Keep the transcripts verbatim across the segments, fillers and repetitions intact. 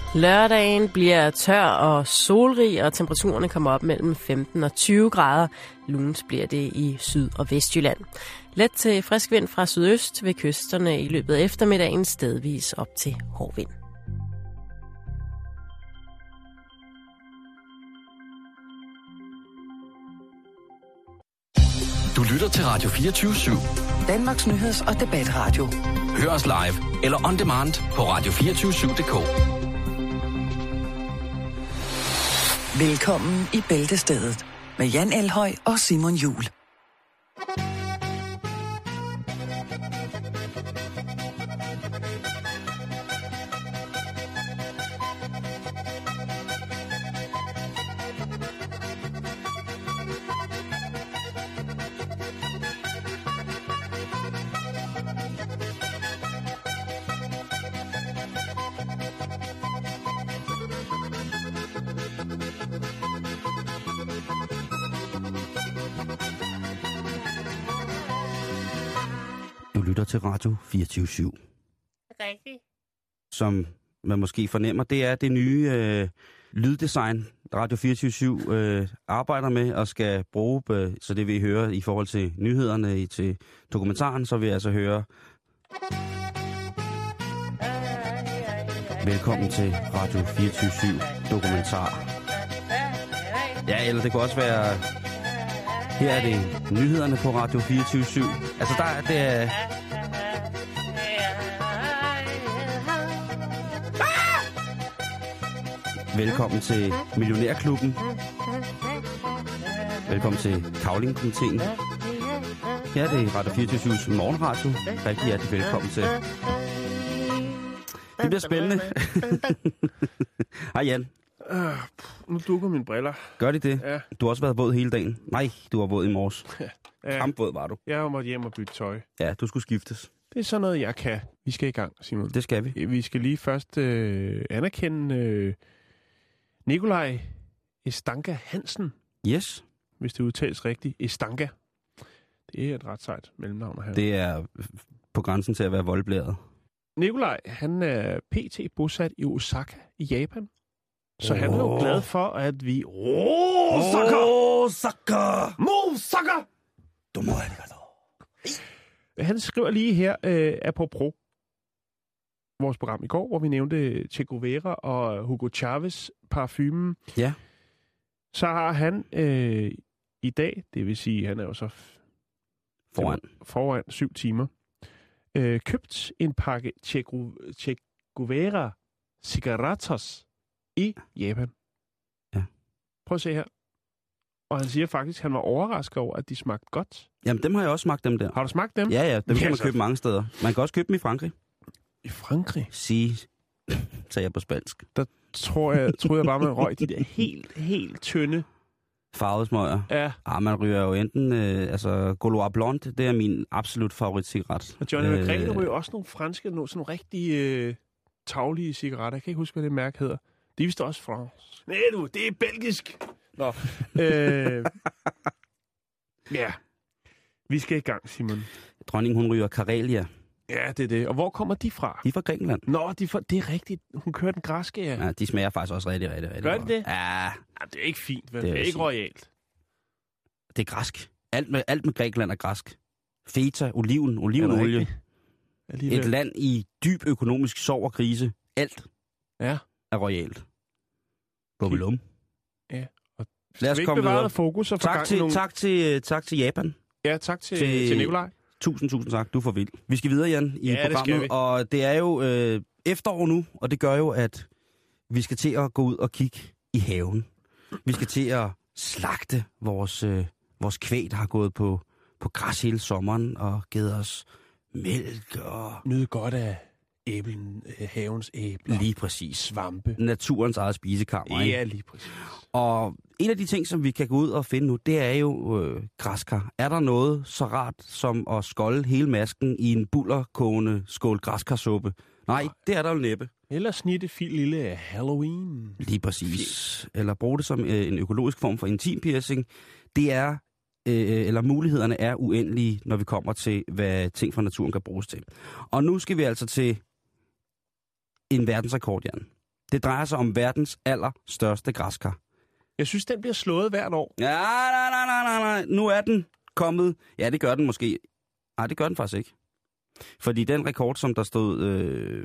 Lørdagen bliver tør og solrig, og temperaturerne kommer op mellem femten og tyve grader. Lunt bliver det i Syd- og Vestjylland. Let til frisk vind fra sydøst ved kysterne i løbet af eftermiddagen, stedvis op til hård vind. Du lytter til Radio fireogtyve syv. Danmarks nyheds- og debatradio. Hør os live eller on demand på radio to fire syv punktum d k. Velkommen i Bæltestedet med Jan Elhøj og Simon Juhl. Du lytter til Radio fireogtyve syv. Rigtigt. Som man måske fornemmer, det er det nye øh, lyddesign, Radio fireogtyve syv øh, arbejder med og skal bruge. Øh, så det vil I høre i forhold til nyhederne, i, til dokumentaren, så vil I altså høre. Velkommen til Radio fireogtyve syv dokumentar. Ja, eller det kunne også være... Her er det nyhederne på Radio fireogtyve syv. Altså der er det... Ah! Velkommen til Millionærklubben. Velkommen til Kavlingkomiteen. Her er det Radio fireogtyve syvs morgenradio. Rigtig hjertelig velkommen til. Det bliver spændende. Hej Jan. Øh, nu dukker mine briller. Gør de det? Ja. Du har også været våd hele dagen. Nej, du var våd i morges. Ja. Kampvåd var du. Jeg har måttet hjem og bytte tøj. Ja, du skulle skiftes. Det er sådan noget, jeg kan. Vi skal i gang, Simon. Det skal vi. Vi skal lige først øh, anerkende øh, Nikolaj Estanka Hansen, Yes. hvis det udtales rigtigt. Estanka. Det er et ret sejt mellemnavn her. Det er på grænsen til at være voldblæret. Nikolaj, han er pt. Bosat i Osaka i Japan. Så oh. han er jo glad for, at vi... Osaka! Osaka! Osaka! Du må have det. Han skriver lige her, øh, apropos vores program i går, hvor vi nævnte Che Guevara og Hugo Chavez parfumen. Ja. Så har han øh, i dag, det vil sige, han er jo så f- Foran. foran syv timer, øh, købt en pakke Che, Gu- che Guevara cigarettos i Japan. Ja. Prøv at se her. Og han siger faktisk, at han var overrasket over, at de smagte godt. Jamen, dem har jeg også smagt, dem der. Har du smagt dem? Ja, ja, dem kan Ja, man så- købe mange steder. Man kan også købe dem i Frankrig. I Frankrig? Sige, sagde jeg på spansk. Der tror jeg, troede jeg bare, man røg de der helt, helt tynde. Farvesmøger. Ja. Ah, man ryger jo enten, øh, altså, Gaulois Blonde, det er min absolut favoritcigaret. Og Johnny øh, McGregor ryger også nogle franske, nogle, sådan nogle rigtig øh, taglige cigaretter. Jeg kan ikke huske, hvad det mærke hedder. Det er vist også fransk. Nej du, det er belgisk. Nå. øh, ja. Vi skal i gang, Simon. Dronningen, hun ryger Karelia. Ja, det er det. Og hvor kommer de fra? De er fra Grækenland. Nå, de fra, det er rigtigt. Hun kører den græske, ja. Ja, de smager faktisk også rigtig, rigtig, rigtig Gør godt. de det? Ja, Ja, det er ikke fint, vel? Det Det er er ikke fint. royalt. det er græsk. Alt med, alt med Grækenland er græsk. Feta, oliven, olivenolie. rigtigt? Alligevel. Et land i dyb økonomisk sorg og krise. Alt Ja. er royalt. Bubelum. Ja. Og Lad os skal vi komme ikke bevare videre. noget fokus og få Tak gang i til, nogle... tak, til, tak til Japan. Ja, tak til, til- til, til Nikolaj. Tusind, tusind tak. Du er for vild. Vi skal videre, Jan, i Ja, det skal programmet. vi. Og det er jo øh, efterår nu, og det gør jo, at vi skal til at gå ud og kigge i haven. Vi skal til at slagte vores, øh, vores kvæg, der har gået på, på græs hele sommeren og givet os mælk og Nyde godt af æblen, øh, havens æbler. lige præcis Svampe. naturens eget spisekammer. Ikke? Ja, lige præcis. Og en af de ting, som vi kan gå ud og finde nu, det er jo øh, græskar. Er der noget så rart som at skolde hele masken i en bullerkogende skål græskarsuppe? Nej, det er der jo næppe. Eller snitte fil lille Halloween. Lige præcis. Eller bruge det som øh, en økologisk form for intimpiercing. Det er, øh, eller mulighederne er uendelige, når vi kommer til, hvad ting fra naturen kan bruges til. Og nu skal vi altså til en verdensrekord, Jan. Det drejer sig om verdens allerstørste græskar. Jeg synes, den bliver slået hvert år. Ja, nej, nej, nej, nej, nej. Nu er den kommet. Ja, det gør den måske. Nej, det gør den faktisk ikke. Fordi den rekord, som der stod... Øh,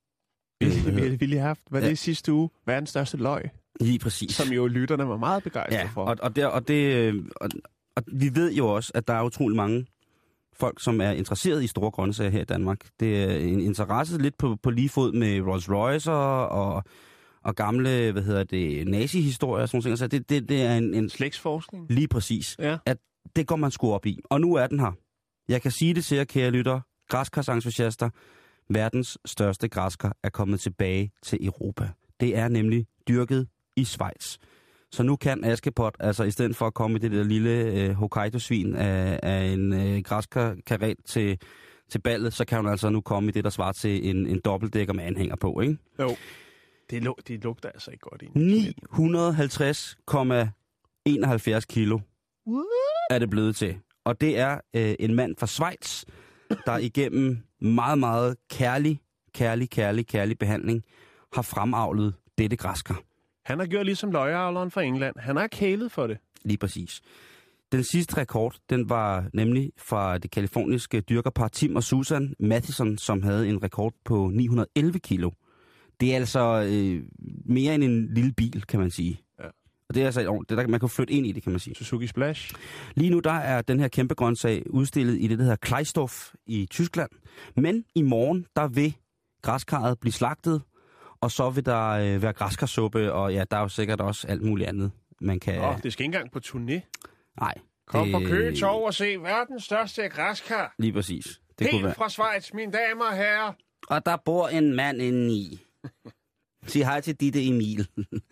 øh, vi har lige haft. Hvad ja. det sidste uge? Verdens største løg. Lige præcis. Som jo lytterne var meget begejstrede ja, for. Og, og, der, og, det, og, og vi ved jo også, at der er utrolig mange folk, som er interesseret i store grøntsager her i Danmark. Det er en interesse lidt på, på lige fod med Rolls Royce og, og gamle, hvad hedder det, nazi-historier og sådan noget. Så det, det, det er en, en... Slægtsforskning. Lige præcis. Ja. At det går man sgu op i. Og nu er den her. Jeg kan sige det til jer, kære lytter, græskarsentusiaster. Verdens største græskar er kommet tilbage til Europa. Det er nemlig dyrket i Schweiz. Så nu kan Askepot, altså i stedet for at komme i det der lille øh, Hokkaido-svin af, af en øh, græskarkaret til, til ballet, så kan hun altså nu komme i det, der svarer til en, en dobbeltdækker med anhænger på, ikke? Jo. Det, lug, det lugter altså ikke godt ind. ni hundrede og halvtreds komma enoghalvfjerds kilo What? er det blevet til. Og det er øh, en mand fra Schweiz, der igennem meget, meget kærlig, kærlig, kærlig, kærlig behandling har fremavlet dette græskar. Han har gjort ligesom løgeavleren fra England. Han har kælet for det. Lige præcis. Den sidste rekord, den var nemlig fra det kaliforniske dyrkerpar Tim og Susan Matheson, som havde en rekord på ni hundrede og elleve kilo. Det er altså øh, mere end en lille bil, kan man sige. Ja. Og det er altså, det der, man kan flytte ind i det, kan man sige. Suzuki Splash. Lige nu der er den her kæmpe grøntsag udstillet i det, der hedder Kleisdorf i Tyskland. Men i morgen, der vil græskarret blive slagtet, og så vil der øh, være græskarsuppe, og ja, der er jo sikkert også alt muligt andet, man kan... Åh, det skal ikke engang på turné. Nej. Kom det... på Køge Torv og se verdens største græskar. Lige præcis. Det Helt kunne være. fra Schweiz, mine damer og herrer. Og der bor en mand inde i. Sig hej til Ditte Emil.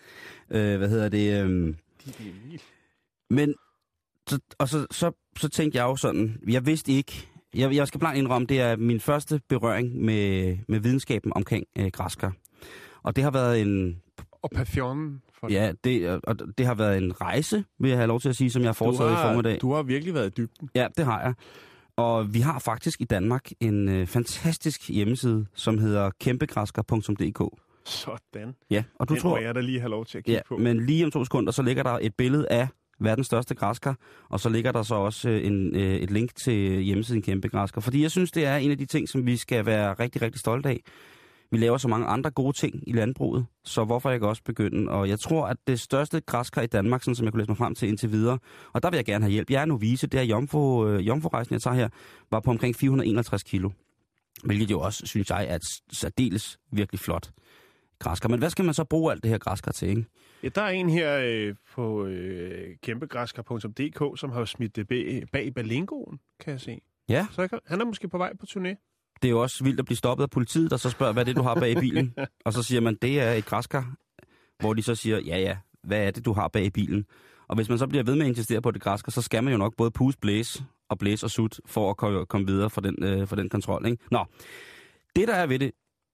øh, hvad hedder det? Øhm... Ditte Emil. Men, så, og så, så, så tænkte jeg jo sådan, jeg vidste ikke, jeg, jeg skal blankt indrømme, det er min første berøring med, med videnskaben omkring øh, græskar. Og det har været en... Og passionen for det. Ja, det, og det har været en rejse, vil jeg have lov til at sige, som jeg har foretaget i formiddag. Du har virkelig været i dybden. Ja, det har jeg. Og vi har faktisk i Danmark en øh, fantastisk hjemmeside, som hedder kæmpegræskar punktum d k. Sådan. Ja, og du Den tror... må jeg da lige have lov til at kigge Ja, på. men lige om to sekunder, så ligger der et billede af verdens største græskar, og så ligger der så også en, øh, et link til hjemmesiden Kæmpegræskar. Fordi jeg synes, det er en af de ting, som vi skal være rigtig, rigtig stolte af. Vi laver så mange andre gode ting i landbruget, så hvorfor ikke også begynde? Og jeg tror, at det største græskar i Danmark, sådan som jeg kunne læse mig frem til indtil videre, og der vil jeg gerne have hjælp. Jeg er novice, det er Jomfru, øh, Jomfru-rejsen, jeg tager her, var på omkring fire hundrede og enoghalvtreds kilo. Hvilket jo også, synes jeg, er et særdeles virkelig flot græskar. Men hvad skal man så bruge alt det her græskar til, ikke? Ja, der er en her øh, på øh, kæmpegræskar punktum d k, som har smidt det bag, bag balingoen, kan jeg se. Ja. Så kan, han er måske på vej på turné. Det er jo også vildt at blive stoppet af politiet, der så spørger, hvad er det, du har bag i bilen? Og så siger man, det er et græskar, hvor de så siger, ja ja, hvad er det, du har bag i bilen? Og hvis man så bliver ved med at insistere på det græskar, så skal man jo nok både puste, blæse og blæse og sut, for at komme, komme videre fra den, øh, fra den kontrol, ikke? Nå, det der er ved det,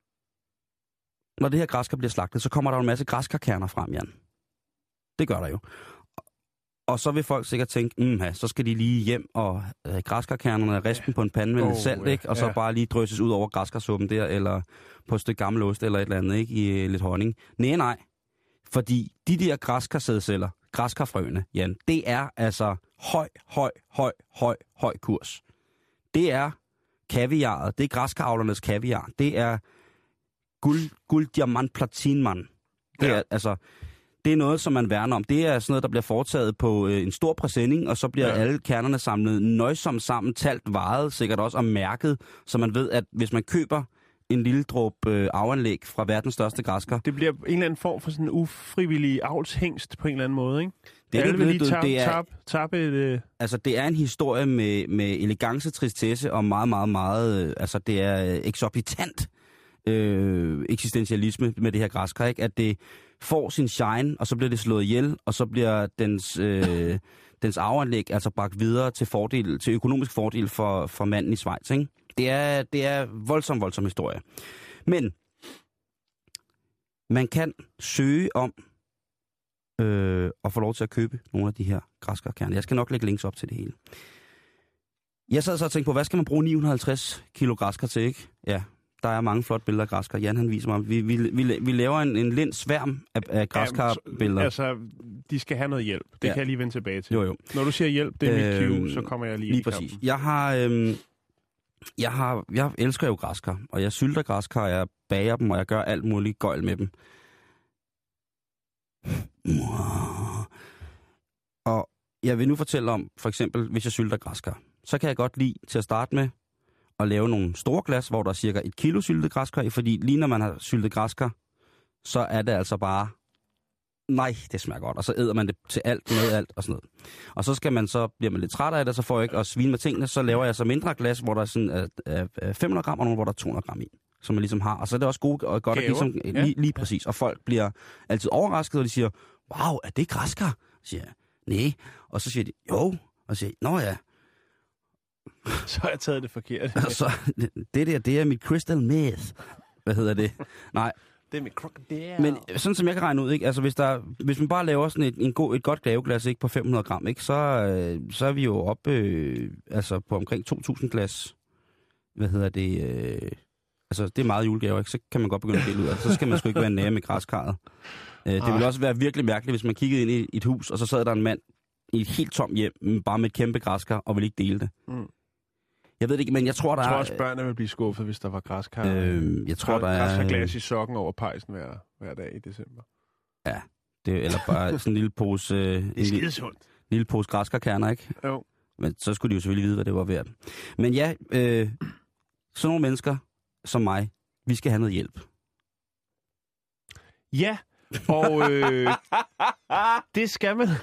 når det her græskar bliver slagtet, så kommer der en masse græskarkerner frem, Jan. Det gør der jo. Og så vil folk sikkert tænke, mm, ja, så skal de lige hjem og øh, græskarkernerne rispen ja. på en pande med oh, lidt salt, ikke? Og så ja. bare lige drysses ud over græskarsuppen der, eller på et stykke gammel ost, eller et eller andet, ikke? I øh, lidt honning. Nej, nej. Fordi de der græskarsædceller, græskarfrøene, Jan, det er altså høj, høj, høj, høj, høj kurs. Det er kaviaret, det er græskaravlernes kaviar. Det er guld, guld diamant, platinmand. Det er ja. altså... Det er noget, som man værner om. Det er sådan noget, der bliver foretaget på øh, en stor præsending, og så bliver ja. alle kernerne samlet nøjsomt sammen, talt, vejet, sikkert også og mærket, så man ved, at hvis man køber en lille dråbe øh, afanlæg fra verdens største græskar... Det bliver en eller anden form for sådan en ufrivillig avlshængst på en eller anden måde, ikke? Det er, alle vil lige tab, det er, tab, tab et... Øh... Altså, det er en historie med, med elegance, tristesse og meget, meget, meget... Øh, altså, det er eksorbitant øh, eksistentialisme med det her græskar, ikke? At det får sin shine, og så bliver det slået ihjel, og så bliver dens, øh, dens afanlæg altså bragt videre til fordel, til økonomisk fordel for, for manden i Schweiz, ikke? Det er, det er voldsom, voldsom historie. Men man kan søge om øh, at få lov til at købe nogle af de her græskarkerner. Jeg skal nok lægge links op til det hele. Jeg sad så og tænkte på, hvad skal man bruge ni hundrede og halvtreds kilo græskar til, ikke? Ja, Der er mange flotte billeder af græskar. Jan, han viser mig. Vi, vi, vi, vi laver en, en lind sværm af, af græskarbilleder. Ja, altså, de skal have noget hjælp. Det ja. kan jeg lige vende tilbage til. Jo, jo. Når du siger hjælp, det er øh, mit cue, så kommer jeg lige, lige i præcis. kampen. Jeg har... Øhm, jeg har... Jeg elsker jo græskar, og jeg sylter græskar, jeg bager dem, og jeg gør alt muligt gøjl med dem. Og jeg vil nu fortælle om, for eksempel, hvis jeg sylter græskar, så kan jeg godt lide til at starte med at lave nogle store glas, hvor der er cirka et kilo syltet græskar i, fordi lige når man har syltet græskar, så er det altså bare, nej, det smager godt, og så æder man det til alt, med alt og sådan noget. Og så skal man så, bliver man lidt træt af det, så får jeg ikke at svine med tingene, så laver jeg så mindre glas, hvor der er sådan uh, uh, fem hundrede gram, og nogle, hvor der er to hundrede gram i, som man ligesom har. Og så er det også gode og godt at ligesom, ja. lige, lige præcis. Og folk bliver altid overrasket, og de siger, wow, er det græskar? Så siger jeg, nej. Og så siger de, jo. Og så siger jeg, nå ja. Så har jeg taget det forkert. Så, det der, det er mit crystal meth. Hvad hedder det? Nej. Det er mit crocodile. Men sådan som jeg kan regne ud, ikke? Altså hvis, der, hvis man bare laver sådan et, en god, et godt gaveglas, ikke, på fem hundrede gram, ikke? Så, øh, så er vi jo oppe øh, altså på omkring to tusind glas. Hvad hedder det? Øh, altså det er meget julegaver, ikke? Så kan man godt begynde at dele ud af. Så skal man sgu ikke være nære med græskarret. Øh, det ville også være virkelig mærkeligt, hvis man kiggede ind i et hus, og så sad der en mand i et helt tomt hjem, bare med et kæmpe græskar, og ville ikke dele det. Mm. Jeg ved det ikke, men jeg tror, der er... Jeg tror er... også, børnene ville blive skuffet, hvis der var græskar. Øh, jeg tror, der er... Græskarglas i sokken over pejsen hver, hver dag i december. Ja, det, eller bare sådan en lille pose... Øh, en det er skidesundt. En lille pose græskarkerner, ikke? Jo. Men så skulle de jo selvfølgelig vide, hvad det var værd. Men ja, øh, sådan nogle mennesker som mig, vi skal have noget hjælp. Ja, og øh, det skal man.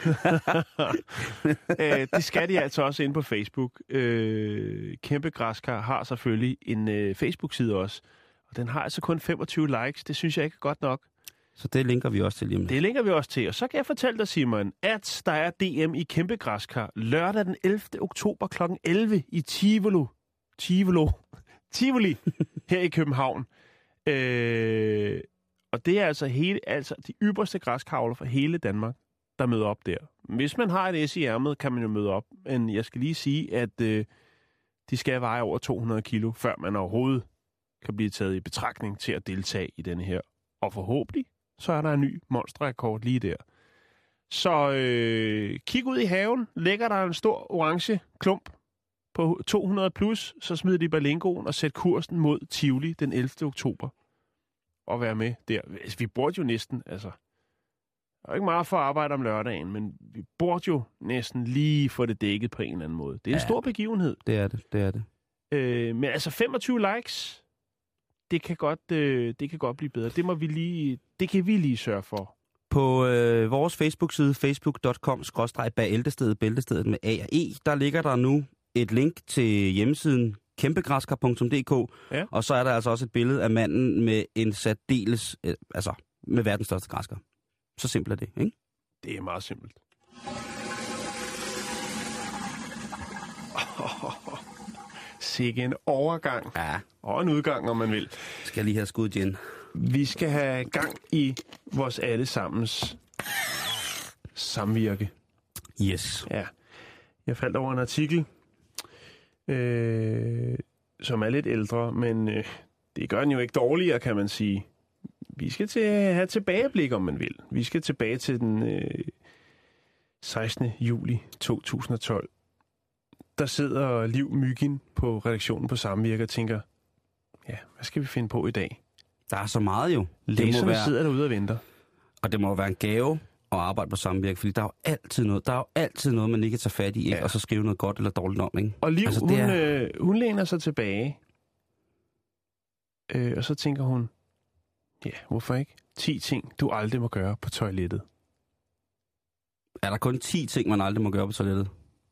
øh, det skal de altså også inde på Facebook. Øh, Kæmpe Græskar har selvfølgelig en øh, Facebook-side også. Og den har altså kun femogtyve likes. Det synes jeg ikke er godt nok. Så det linker vi også til lige om lidt. Det linker vi også til. Og så kan jeg fortælle dig, Simon, at der er D M i Kæmpe Græskar lørdag den ellevte oktober klokken elleve i Tivoli. Tivoli. Tivoli her i København. Øh... Og det er altså, hele, altså de ypperste græskavler fra hele Danmark, der møder op der. Hvis man har et S i ærmet, kan man jo møde op. Men jeg skal lige sige, at øh, de skal veje over to hundrede kilo, før man overhovedet kan blive taget i betragtning til at deltage i denne her. Og forhåbentlig, så er der en ny monsterrekord lige der. Så øh, kig ud i haven. Ligger der en stor orange klump på to hundrede plus, så smid det i Berlingoen og sæt kursen mod Tivoli den ellevte oktober. Og være med der. Vi burde jo næsten, altså... Der er ikke meget for at arbejde om lørdagen, men vi burde jo næsten lige få det dækket på en eller anden måde. Det er en ja, stor begivenhed. Det er det, det er det. Øh, men altså femogtyve likes, det kan godt, øh, det kan godt blive bedre. Det må vi lige, det kan vi lige sørge for. På øh, vores Facebook-side, facebook punktum com skråstreg bæltestedet, bæltestedet med A og E, der ligger der nu et link til hjemmesiden kæmpegræskar punktum d k, ja. Og så er der altså også et billede af manden med en særdeles, øh, altså med verdens største græskar. Så simpelt er det, ikke? Det er meget simpelt. Oh, oh, oh. Sikke en overgang. Ja. Og en udgang, om man vil. Skal jeg lige have skud igen. Vi skal have gang i vores allesammens samvirke. Yes. Ja. Jeg faldt over en artikel, øh, som er lidt ældre, men øh, det gør den jo ikke dårligere, kan man sige. Vi skal til at have tilbageblik, om man vil. Vi skal tilbage til den øh, sekstende juli to tusind og tolv. Der sidder Liv Myggen på redaktionen på Samvirke og tænker, ja, hvad skal vi finde på i dag? Der er så meget jo. Læserne være... sidder derude og venter. Og det må være en gave at arbejde på Samvirke, fordi der er jo altid noget, der er jo altid noget, man ikke kan tage fat i, ikke? Ja. Og så skrive noget godt eller dårligt om, ikke? Og Liv, altså, hun, er... øh, hun læner sig tilbage, øh, og så tænker hun, ja, hvorfor ikke? ti ting, du aldrig må gøre på toilettet. Er der kun ti ting, man aldrig må gøre på toilettet?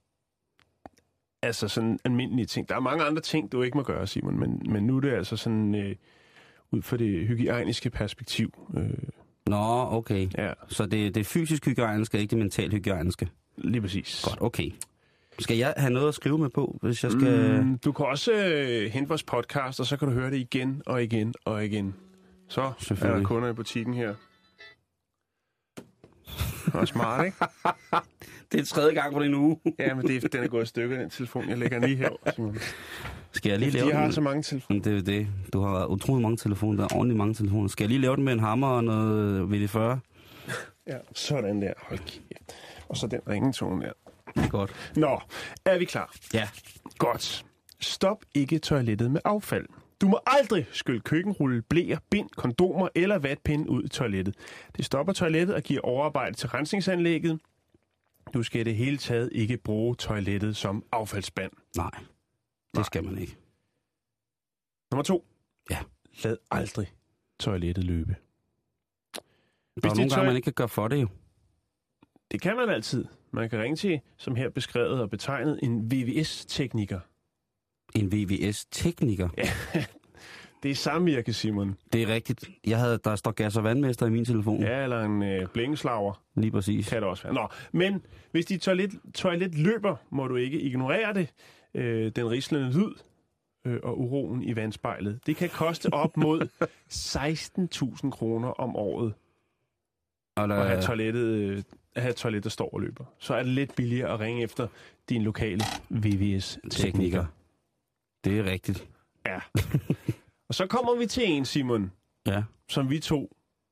Altså sådan almindelige ting. Der er mange andre ting, du ikke må gøre, Simon, men, men nu er det altså sådan, øh, ud fra det hygiejniske perspektiv. Øh, Nå, okay. Ja. Så det, det fysisk hygiejniske, ikke det mentalt hygiejniske? Lige præcis. Godt, okay. Skal jeg have noget at skrive med på, hvis jeg skal... Mm, du kan også øh, hente vores podcast, og så kan du høre det igen og igen og igen. Så er der kunder i butikken her. Det er smart, ikke? Det er tredje gang på den uge. Ja, men det er, den er gået i stykker, den telefon. Jeg lægger lige her. Simon. Skal jeg lige lave De den? har så mange telefoner. Det er det. Du har utrolig mange telefoner. Der er ordentligt mange telefoner. Skal jeg lige lave den med en hammer og noget V D fyrre? Ja, sådan der. Hold kæft. Og så den ringetone der. Godt. Nå, er vi klar? Ja. Godt. Stop ikke toilettet med affald. Du må aldrig skylle køkkenrulle, bleer, bind, kondomer eller vatpinde ud i toilettet. Det stopper toilettet og giver overarbejde til rensningsanlægget. Du skal i det hele taget ikke bruge toilettet som affaldsspand. Nej, det skal man ikke. Nummer to. Ja. Lad aldrig toilettet løbe. Der Hvis er det nogle tøj- gange, man ikke kan gøre for det jo. Det kan man altid. Man kan ringe til, som her beskrevet og betegnet, en V V S-tekniker. En V V S-tekniker. Ja, det er samvirke, Simon. Det er rigtigt. Jeg havde, der står gas- og vandmester i min telefon. Ja, eller en øh, blinkeslager. Lige præcis. Kan det også være. Nå, men hvis dit toilet, toilet løber, må du ikke ignorere det. Øh, den rislende lyd øh, og uroen i vandspejlet. Det kan koste op mod seksten tusind kroner om året Eller, at have toilettet, øh, at have toilet, der står og løber. Så er det lidt billigere at ringe efter din lokale V V S-tekniker. Det er rigtigt. Ja. Og så kommer vi til en, Simon, Ja. som vi to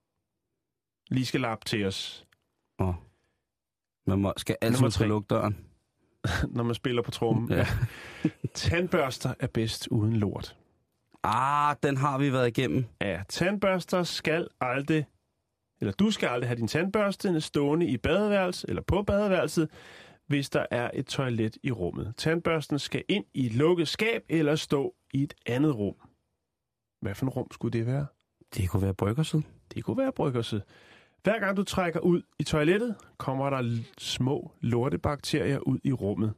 lige skal lappe til os, Og man må, skal altid Nummer skal tre. lukke døren. når man spiller på trommen. Ja. Tandbørster er bedst uden lort. Ah, den har vi været igennem. Ja, tandbørster skal aldrig, eller du skal aldrig have din tandbørste stående i badeværelset eller på badeværelset, hvis der er et toilet i rummet. Tandbørsten skal ind i et lukket skab eller stå i et andet rum. Hvad for et rum skulle det være? Det kunne være bryggersid. Det kunne være bryggerset. Hver gang du trækker ud i toilettet, kommer der l- små lortebakterier ud i rummet.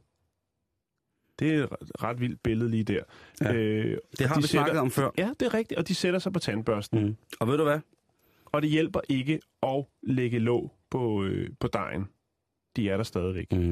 Det er et ret vildt billede lige der. Ja. Øh, Det har de vi snakket om før. Ja, det er rigtigt, og de sætter sig på tandbørsten. Mm. Og ved du hvad? Og det hjælper ikke at lægge låg på, øh, på dejen. De er der stadigvæk. Mm.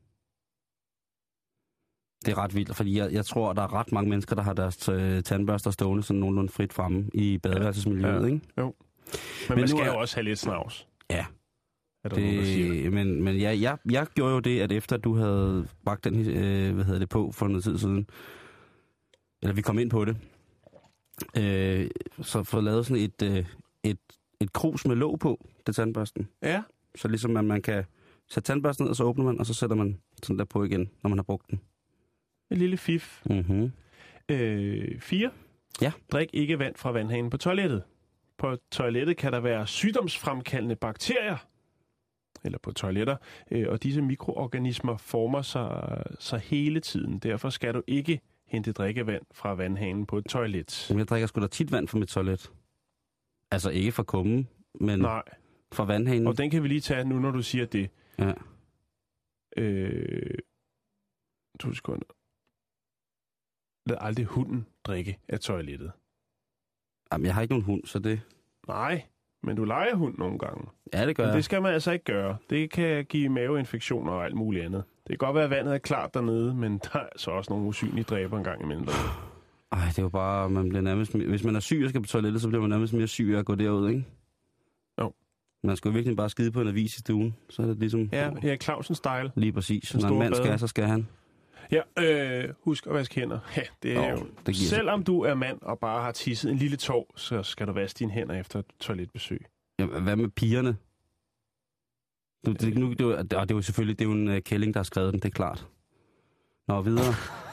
Det er ret vildt, fordi jeg, jeg tror, der er ret mange mennesker, der har deres øh, tandbørster stående sådan nogenlunde frit fremme i badeværelsesmiljøet, Ja. ikke? Jo. Men, Men man nu skal er- jo også have lidt snavs. Ja. Er der nogen, der siger. Det, men men ja, jeg, jeg gjorde jo det, at efter du havde bragt den øh, hvad hedder det, på for noget tid siden, eller vi kom ind på det, øh, så få lavet sådan et, øh, et, et krus med låg på til tandbørsten. Ja, Så ligesom at man kan sætte tandbørsten ned, og så åbner man, og så sætter man sådan der på igen, når man har brugt den. en lille fif. Mhm. Øh, fire. Ja. Drik ikke vand fra vandhanen på toilettet. På toilettet kan der være sygdomsfremkaldende bakterier, eller på toiletter, øh, og disse mikroorganismer former sig, sig hele tiden. Derfor skal du ikke hente drikkevand fra vandhanen på et toilet. Men jeg drikker sgu da tit vand fra mit toilet. Altså ikke fra kummen, men Nej, fra vandhanen. og den kan vi lige tage nu, når du siger det. Ja. Øh, to sekunder. Lad aldrig hunden drikke af toilettet. Jamen, jeg har ikke nogen hund, så det... Nej, men du leger hund nogle gange. Ja, det gør Men jeg. det skal man altså ikke gøre. Det kan give maveinfektioner og alt muligt andet. Det kan godt være, at vandet er klart dernede, men der er altså også nogle usynlige dræber en gang imellem. derude. Ej, det er jo bare... Man bliver nærmest, hvis man er syg og skal på toilettet, så bliver man nærmest mere syg af at gå derud, ikke? Jo. Man skal jo virkelig bare skide på en avis i stuen. Så er det ligesom... Ja, Erik Clausen-style. Lige præcis. Den Når en store mand bade. skal, så skal han. Ja, øh, husk at vaske hænder. Ja, det er Jo, jo... det giver Selvom du er mand og bare har tisset en lille tår, så skal du vaske dine hænder efter et toiletbesøg. Ja, hvad med pigerne? Du, det, nu, det, er, og det er jo selvfølgelig det er jo en uh, kælling, der har skrevet den, det er klart. Nå, videre.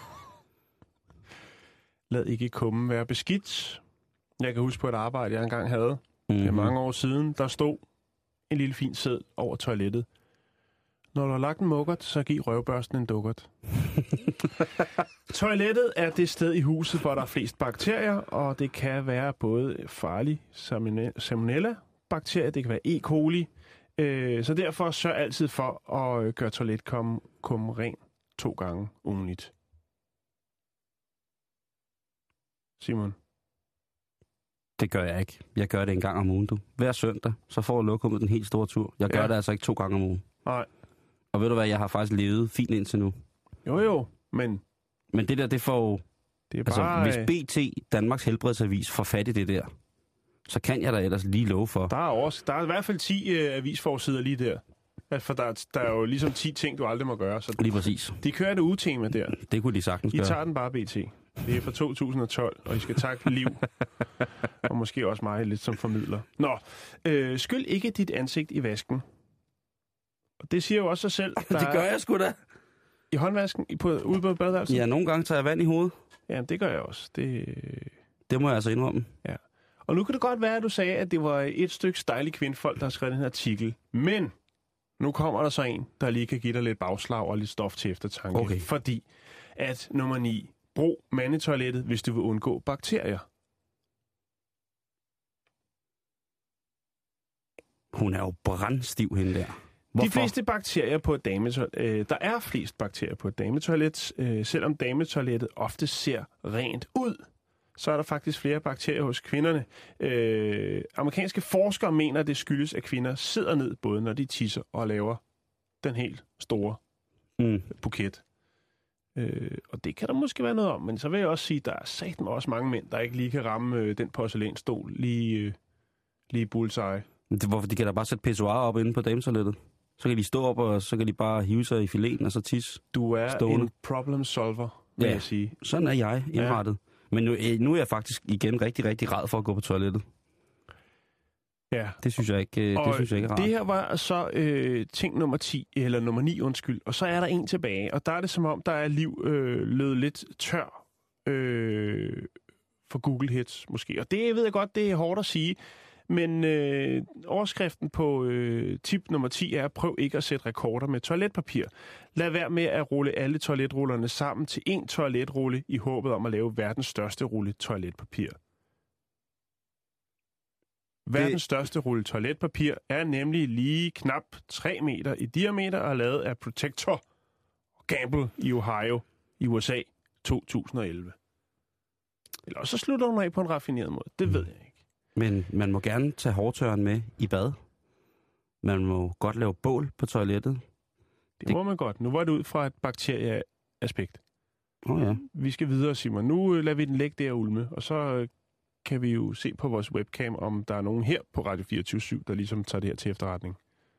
Lad ikke kummen være beskidt. Jeg kan huske på et arbejde, jeg engang havde. Mm-hmm. Det er mange år siden, der stod en lille fin sæd over toilettet. Når du har lagt en mukkert, så giv røvbørsten en dukkert. Toilettet er det sted i huset, hvor der er flest bakterier, og det kan være både farlig salmonella-bakterier, det kan være E. coli. Øh, så derfor sørg altid for at gøre toiletkummen ren to gange ugenligt. Simon? Det gør jeg ikke. Jeg gør det en gang om ugen, du. Hver søndag, så får jeg lokummet den helt store tur. Jeg gør Ja. det altså ikke to gange om ugen. Nej. Og ved du hvad, jeg har faktisk levet fint indtil nu. Jo jo, men Men det der, det får jo... det er Altså, bare... hvis B T, Danmarks Helbredsavis, får fat i det der, så kan jeg da ellers lige love for. Der er, også, der er i hvert fald ti øh, avisforsider lige der. For der, der er jo ligesom ti ting, du aldrig må gøre. Så Lige præcis. de kører et ugetema der. Det kunne de sagtens I gøre. tager den bare, B T. Det er fra to tusind og tolv, og I skal takke Liv. Og måske også mig lidt som formidler. Nå, øh, skyld ikke dit ansigt i vasken. Og det siger jo også sig selv. Det gør jeg sgu da. I håndvasken? I på, ude på badeværelset? Ja, nogle gange tager jeg vand i hovedet. Ja, det gør jeg også. Det... Det må jeg altså indrømme. Ja. Og nu kan det godt være, at du sagde, at det var et stykke stejlige kvindfolk, der har skrevet den her artikel. Men nu kommer der så en, der lige kan give dig lidt bagslag og lidt stof til eftertanke. Okay. Fordi at nummer ni, brug mandetoilettet, hvis du vil undgå bakterier. Hun er jo brandstiv, hende der. Hvorfor? De fleste bakterier på et dametoilet, øh, der er flest bakterier på et dametoilet, øh, selvom dametoilettet ofte ser rent ud, så er der faktisk flere bakterier hos kvinderne. Øh, amerikanske forskere mener, at det skyldes, at kvinder sidder ned, både når de tisser og laver den helt store Mm. buket. Øh, og det kan der måske være noget om, men så vil jeg også sige, at der er satme også mange mænd, der ikke lige kan ramme øh, den porcelænsstol lige, øh, lige bullseye. Det, hvorfor de kan da bare sætte pissoir op inde på dametoilettet. Så kan de stå op, og så kan de bare hive sig i filéen og så tisse. Du er stående. en problem solver, vil Ja. jeg sige. Sådan er jeg indrettet. Ja. Men nu, nu er jeg faktisk igen rigtig, rigtig ræd for at gå på toilettet. Ja. Det synes jeg ikke, det Og synes jeg ikke er rart. det her var så øh, ting nummer ti, eller nummer ni, undskyld. Og så er der en tilbage, og der er det som om, der er liv øh, lød lidt tør øh, for Google Hits måske. Og det ved jeg godt, det er hårdt at sige. Men øh, overskriften på øh, tip nummer ti er, prøv ikke at sætte rekorder med toiletpapir. Lad være med at rulle alle toiletrullerne sammen til en toiletrulle i håbet om at lave verdens største rulle toiletpapir. Verdens det... største rulle toiletpapir er nemlig lige knap tre meter i diameter og er lavet af Protector Gamble i Ohio i U S A to tusind og elleve. Eller også så slutter hun af på en raffineret måde. Det ved jeg ikke. Men man må gerne tage hårtørren med i bad. Man må godt lave bål på toilettet. Det, det må man godt. Nu var det ud fra et bakterieaspekt. Åh oh, ja. Vi skal videre, Simon. Nu lader vi den ligge der, Ulme, og så kan vi jo se på vores webcam, om der er nogen her på Radio fireogtyve syv, der ligesom tager det her til efterretning.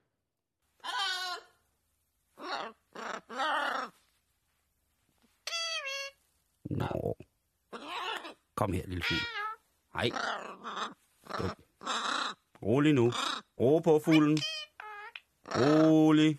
Nå. Kom her, lille fugl. Hej. Rolig nu. Ro på, fuglen. Rolig.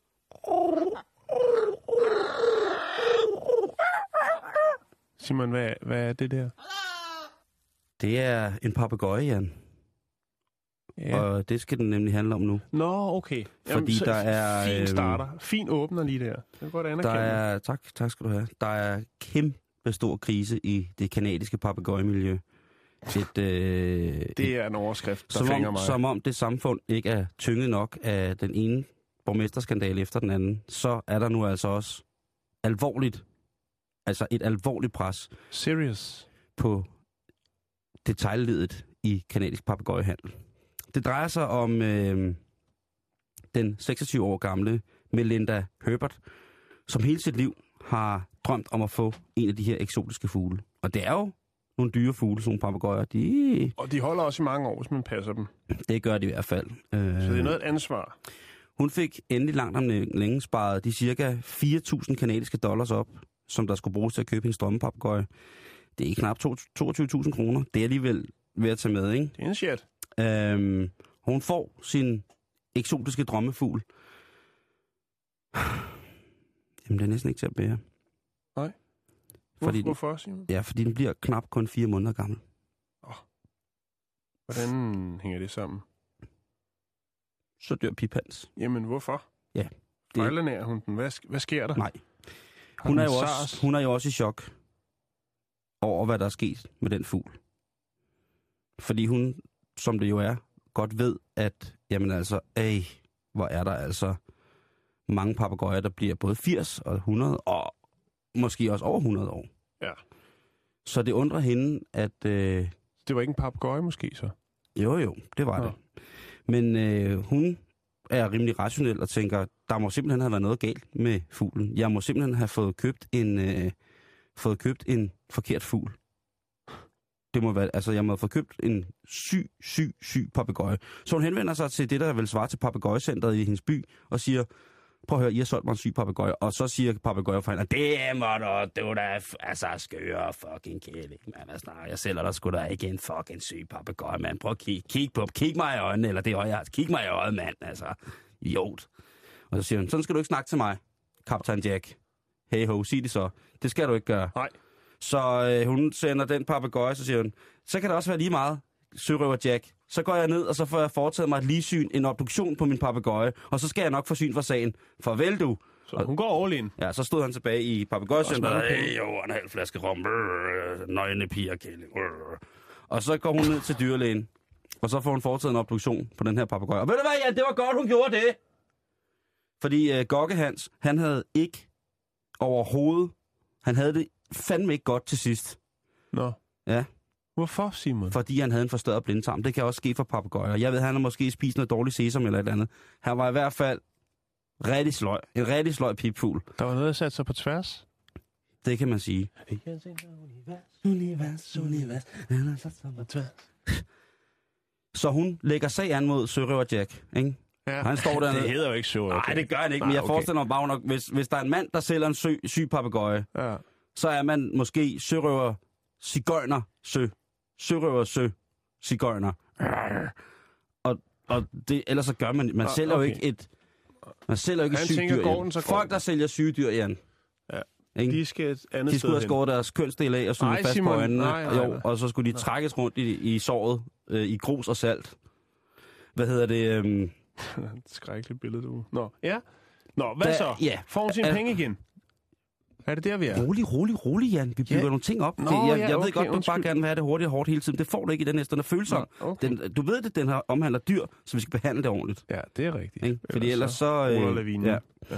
Simon, hvad, hvad er det der? Det er en papegøje, Jan. Ja. Og det skal den nemlig handle om nu. Nå, okay. Jamen, fordi der er... Fin starter. Fin åbner lige der. Det er godt anerkende. Der er, tak, tak skal du have. Der er kæmpe stor krise i det kanadiske papegøjemiljø. Et, øh, det er en overskrift, der som fænger om, mig. Som om det samfund ikke er tynget nok af den ene borgmesterskandale efter den anden, så er der nu altså også alvorligt, altså et alvorligt pres Serious. på detaljledet i kanadisk papegøjehandel. Det drejer sig om øh, den seksogtyve år gamle Melinda Herbert, som hele sit liv har drømt om at få en af de her eksotiske fugle. Og det er jo nogle dyre fugle, sådan nogle papegøjer. De... Og de holder også i mange år, hvis man passer dem. Det gør de i hvert fald. Så det er noget ansvar. Hun fik endelig langt om længe sparet de cirka fire tusind kanadiske dollars op, som der skulle bruges til at købe hendes drømmepapegøje. Det er knap toogtyve tusind kroner. Det er alligevel ved at tage med, ikke? Det er en shit. Øhm, hun får sin eksotiske drømmefugl. Jamen, det er næsten ikke til at bære. Nej. Hvor, fordi hvorfor, den, Simon? Ja, fordi den bliver knap kun fire måneder gammel. Oh. Hvordan hænger det sammen? Så dør Pipans. Jamen, hvorfor? Ja. Det... Fejlernærer hun den? Hvad, hvad sker der? Nej. Hun er, jo også, hun er jo også i chok over, hvad der er sket med den fugl. Fordi hun, som det jo er, godt ved, at jamen altså, ej, hvor er der altså mange papegøjer, der bliver både firs og hundrede, og måske også over hundrede år. Ja. Så det undrer hende, at... Øh, det var ikke en papegøje måske, så? Jo, jo, det var ja. det. Men øh, hun er rimelig rationel og tænker, der må simpelthen have været noget galt med fuglen. Jeg må simpelthen have fået købt en, øh, fået købt en forkert fugl. Det må være, altså jeg må få købt en syg, syg, syg papegøje. Så hun henvender sig til det, der vil svare til papegøjecentret i hendes by, og siger, prøv at høre, I har solgt mig en syg papegøje. Og så siger papegøjeforhandleren, det må du, du da, altså skøre fucking kæling, mand. Altså, nej, jeg sælger dig sgu da ikke en fucking syg papegøje, mand. Prøv at kigge kig på, kig mig i øjnene, eller det øje, jeg har. Kig mig i øjet, mand, altså. Idiot. Og så siger hun, sådan skal du ikke snakke til mig, kaptajn Jack. Hey ho, sig det så. Det skal du ikke gøre. Nej. Så øh, hun sender den papegøje, så siger hun, så kan det også være lige meget, sørøver Jack. Så går jeg ned, og så får jeg foretaget mig et ligesyn, en obduktion på min papegøje, og så skal jeg nok få syn for sagen. Farvel du. Så hun går all in. Ja, så stod han tilbage i papegøjecenteret. Hey, jo, en halv flaske rom. Brrr, nøgne piger, kælling. Og så går hun ned til dyrlægen, og så får hun foretaget en obduktion på den her papegøje. Og ved du hvad, Jan, det var godt, hun gjorde det. Fordi øh, Gogge Hans, han havde ikke overhovedet, han havde det fandme ikke godt til sidst. Nå. Ja. Hvorfor, Simon? Fordi han havde en forstørret blindtarm. Det kan også ske for papegøjer. Jeg ved, han har måske spist noget dårligt sesam eller et eller andet. Han var i hvert fald rigtig sløj. En rigtig sløj pipfugl. Der var noget, der satte sig på tværs. Det kan man sige. Univers, univers, univers. Så hun lægger sag an mod sørøver Jack, ikke? Ja. Han står der. Det hedder jo ikke sørøver. Nej, det gør han ikke, men jeg okay. forestiller mig bare nok, hvis, hvis der er en mand, der sælger en sø, syg papegøje, ja. så er man måske sørøver sigøjner sø. Sørøver sø sigøjner. Og, og det, ellers så gør man, man sælger okay. jo ikke et, man sælger jo ikke et sygt dyr. Gården, Folk, der sælger syge dyr, Jan. Ja. Ikke? De skal et andet De skulle have skåret deres kønsdel af og suget fast Simon, på øjnene. nej, nej, nej. Jo, og så skulle de nej. trækkes rundt i, i såret øh, i grus og salt. Hvad hedder det? Øhm... Skrækkeligt billede, du. Nå, ja. Nå, hvad da, så? Ja. Får hun sine Al- penge igen? Er det der, vi er? Rolig, rolig, rolig, Jan. Vi bygger ja. nogle ting op. Nå, det, jeg ja, jeg ved okay, godt, du undskyld. bare gerne vil have det hurtigt og hårdt hele tiden. Det får du ikke i den næste. Den er følsom. Nå, okay. Den, du ved det, den her omhandler dyr, så vi skal behandle det ordentligt. Ja, det er rigtigt. Ikke? Fordi ellers så... Øh, ja. ja.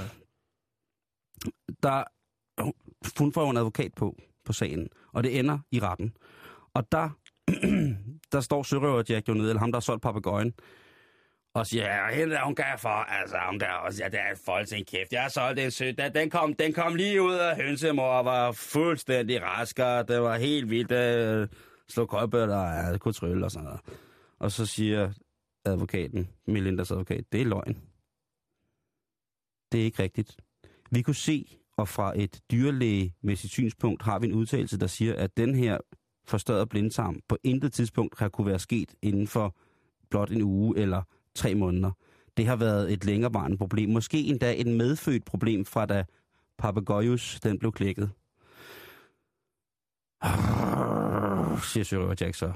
Der, hun får jo en advokat på, på sagen, og det ender i retten. Og der, der står sørøver Jack jo nede, eller ham, der har solgt papegøjen, og siger, ja, hende der, hun kan for, altså, hun der også, ja, det er et folketing kæft. Jeg har solgt en sø, den, den, kom, den kom lige ud af hønsemor og var fuldstændig rask, og det var helt vildt, øh, slå køjbøtter og ja, kunne trylle og sådan noget. Og så siger advokaten, Melindas advokat, det er løgn. Det er ikke rigtigt. Vi kunne se, og fra et dyrlægemæssigt synspunkt har vi en udtalelse, der siger, at den her forstørrede blindtarm på intet tidspunkt har kunne være sket inden for blot en uge eller tre måneder. Det har været et længerevarende problem. Måske endda et medfødt problem fra da Papagøjus den blev klækket. Siger sørøver Jack så.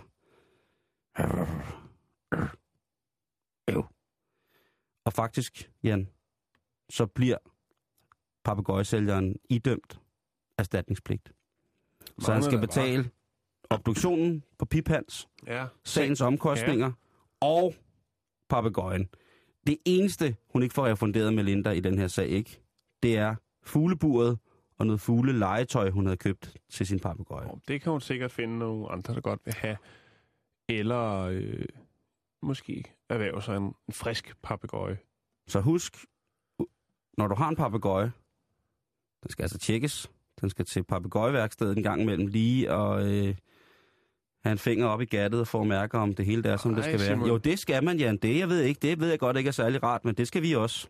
Øv. Og faktisk, Jan, så bliver papegøjesælgeren idømt erstatningspligt. Så han skal betale obduktionen på Piphans, ja. sagens omkostninger ja. og papegøjen. Det eneste, hun ikke får refunderet Melinda i den her sag, ikke, det er fugleburet og noget fugle legetøj, hun havde købt til sin papegøje. Det kan hun sikkert finde nogle andre, der godt vil have. Eller øh, måske erhverve sig en, en frisk papegøje. Så husk, når du har en papegøje, den skal altså tjekkes. Den skal til papegøjeværkstedet en gang imellem lige og øh, have en finger op i gattet og få mærker om det hele der, som Ej, det skal være. Simon. Jo, det skal man, Jan. Det jeg ved ikke. Det ved jeg godt ikke er særlig rart, men det skal vi også.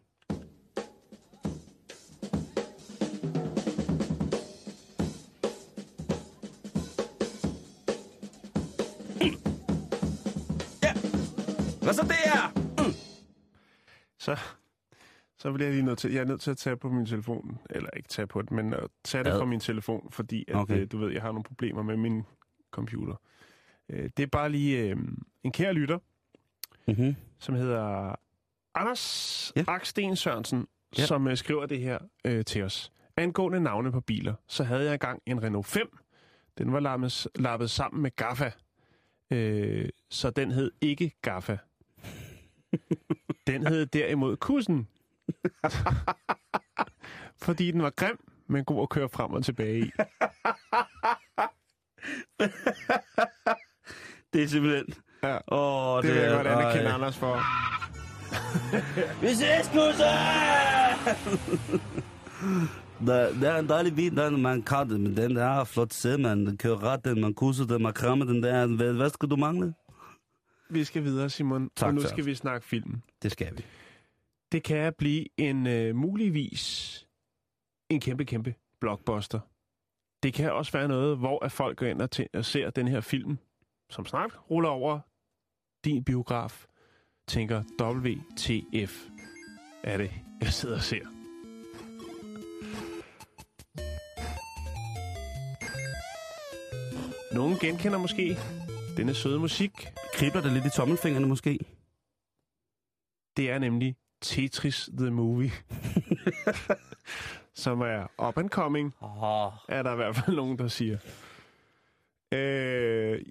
Ja! Hvad så det er? Mm. Så... Så bliver jeg lige nødt til, jeg er nødt til at tage på min telefon, eller ikke tage på det, men at tage det fra min telefon, fordi at, okay. øh, du ved, jeg har nogle problemer med min computer. Øh, det er bare lige øh, en kære lytter, mm-hmm. som hedder Anders ja. Aksten Sørensen, ja. som øh, skriver det her øh, til os. Angående navne på biler, så havde jeg engang en Renault fem. Den var lappet, lappet sammen med Gaffa, øh, så den hed ikke Gaffa. Den hed derimod Kussen. Fordi den var grim, men god at køre frem og tilbage i. Det er simpelthen... Ja. Oh, det, det vil jeg godt anerkende Anders for. Vi ses, Kussen! Der, der er en dejlig bil, der man kan det, men den der er flot sæd, man. Den kører ret, den, man kusser den, man krammer den der. Hvad, hvad skal du mangle? Vi skal videre, Simon, tak, og nu tak. skal vi snakke filmen. Det skal vi. Det kan blive en uh, muligvis en kæmpe, kæmpe blockbuster. Det kan også være noget, hvor at folk går ind og, t- og ser den her film, som snart ruller over din biograf, tænker W T F er det, jeg sidder og ser. Nogen genkender måske denne søde musik. Kribler det lidt i tommelfingrene måske? Det er nemlig Tetris The Movie, som er up and coming, Oh. er der i hvert fald nogen, der siger. Øh,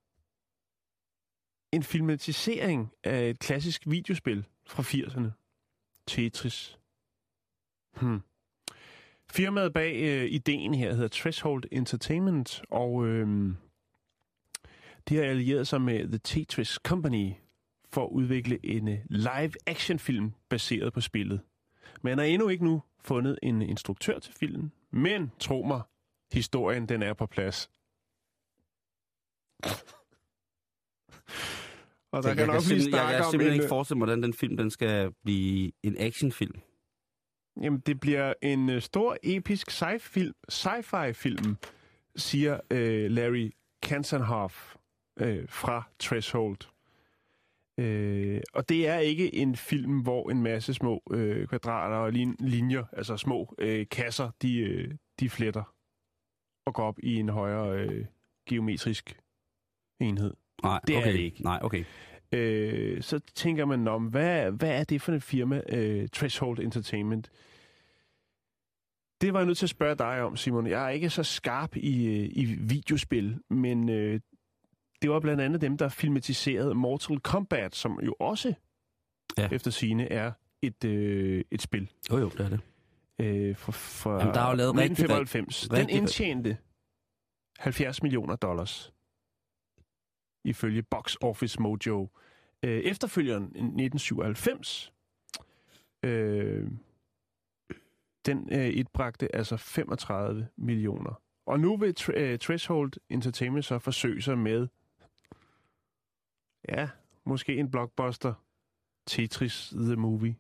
en filmatisering af et klassisk videospil fra firserne. Tetris. Hmm. Firmaet bag øh, ideen her hedder Threshold Entertainment, og øh, de har allieret sig med The Tetris Company for at udvikle en uh, live-action-film baseret på spillet. Man har endnu ikke nu fundet en instruktør til filmen, men tro mig, historien den er på plads. Og der jeg kan nok blive jeg snakket kan om simpelthen en, ikke forestille mig, hvordan den film den skal blive en actionfilm. Jamen, det bliver en uh, stor, episk sci-fi-film, sci-fi-film, siger uh, Larry Kansanhoff uh, fra Threshold. Øh, og det er ikke en film, hvor en masse små øh, kvadrater og lin- linjer, altså små øh, kasser, de, øh, de fletter og går op i en højere øh, geometrisk enhed. Nej, Det er okay. det ikke. Nej, okay. Øh, så tænker man om, hvad, hvad er det for en firma, øh, Threshold Entertainment? Det var jeg nødt til at spørge dig om, Simon. Jeg er ikke så skarp i, øh, i videospil, men øh, det var blandt andet dem, der filmatiserede Mortal Kombat, som jo også, ja. efter sigende, er et, øh, et spil. Jo jo, det er det. Øh, for, for Jamen, der er jo lavet nitten femoghalvfems. Rigtig, Den indtjente halvfjerds millioner dollars, ifølge Box Office Mojo. Øh, efterfølgeren nitten syvoghalvfems, øh, den øh, etbragte altså femogtredive millioner. Og nu vil Tr- uh, Threshold Entertainment så forsøge sig med, ja, måske en blockbuster, Tetris The Movie.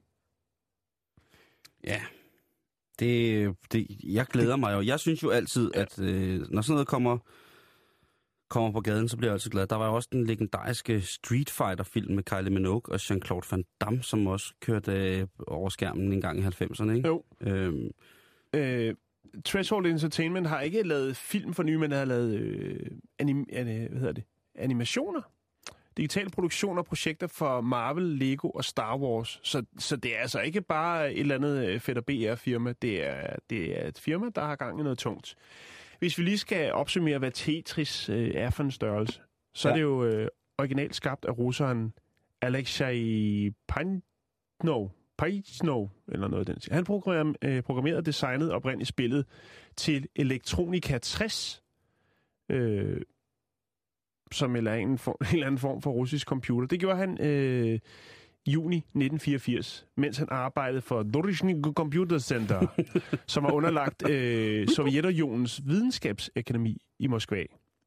Ja, det, det, jeg glæder mig jo. Jeg synes jo altid, at øh, når sådan noget kommer, kommer på gaden, så bliver jeg altid glad. Der var jo også den legendariske Street Fighter-film med Kylie Minogue og Jean-Claude Van Damme, som også kørte øh, over skærmen en gang i halvfemserne, ikke? Jo. Øhm. Øh, Threshold Entertainment har ikke lavet film for nye, men har lavet øh, anim, an, hvad hedder det? animationer. Digitale produktioner og projekter for Marvel, Lego og Star Wars. Så, så det er altså ikke bare et eller andet fedt og B R-firma. Det er, det er et firma, der har gang i noget tungt. Hvis vi lige skal opsummere, hvad Tetris øh, er for en størrelse, så ja. er det jo øh, originalt skabt af russeren Alexei Pajitnov. Pajitnov, eller noget af den. Han program, øh, programmerede og designede oprindeligt spillet til Electronica tres, øh, som eller en, form, en eller anden form for russisk computer. Det gjorde han øh, juni nitten fireogfirs, mens han arbejdede for Dorishny Computer Center, som var underlagt øh, Sovjetunionens videnskabsakademi i Moskva.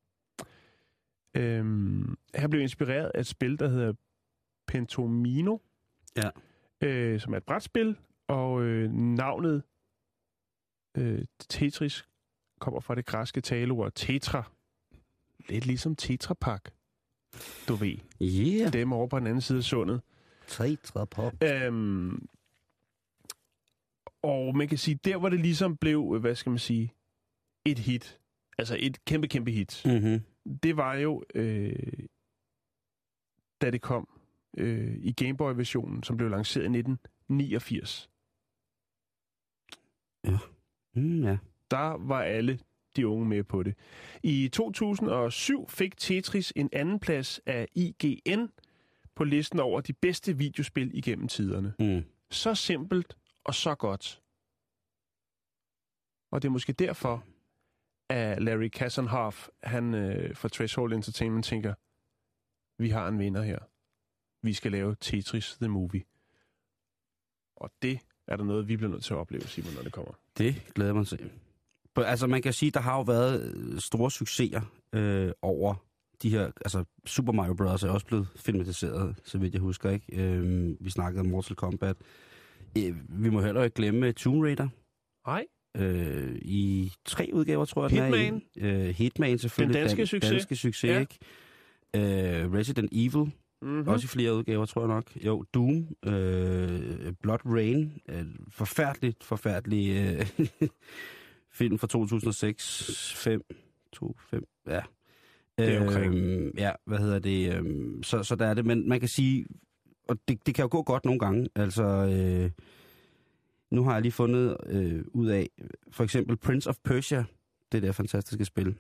Øh, han blev inspireret af et spil, der hedder Pentomino, ja. øh, som er et brætspil, og øh, navnet øh, Tetris kommer fra det græske taleord tetra. Lidt ligesom Tetra Pak, du ved. Yeah. Dem over på den anden side af sundet. Tetra Pak. Øhm, og man kan sige, der hvor det ligesom blev, hvad skal man sige, et hit. Altså et kæmpe, kæmpe hit. Mm-hmm. Det var jo, øh, da det kom øh, i Game Boy-versionen, som blev lanceret i nitten niogfirs. Ja. Mm, ja. Der var alle de unge med på det. I to tusind og syv fik Tetris en anden plads af I G N på listen over de bedste videospil igennem tiderne. Mm. Så simpelt og så godt. Og det er måske derfor, at Larry Kassenhoff, han øh, fra Threshold Entertainment, tænker, vi har en vinder her. Vi skal lave Tetris The Movie. Og det er der noget, vi bliver nødt til at opleve, Simon, når det kommer. Det glæder man sig. Altså man kan sige, der har jo været store succeser øh, over de her, altså Super Mario Bros. Er også blevet filmatiseret, så vidt jeg husker, ikke? Øh, vi snakkede om Mortal Kombat. Øh, vi må heller ikke glemme Tomb Raider. Nej. Øh, I tre udgaver, tror jeg, Hitman. den er i. Øh, Hitman selvfølgelig. Den danske Dan- succes. Danske succes, Ja. ikke? Øh, Resident Evil. Mm-hmm. Også i flere udgaver, tror jeg nok. Jo, Doom, øh, Blood Rain, øh, forfærdeligt, forfærdelig øh, film fra to tusind og seks, fem, to, fem, ja. Det er omkring. Øh, ja, hvad hedder det? Øh, så, så der er det, men man kan sige, og det, det kan jo gå godt nogle gange, altså, øh, nu har jeg lige fundet øh, ud af, for eksempel Prince of Persia, det der fantastiske spil.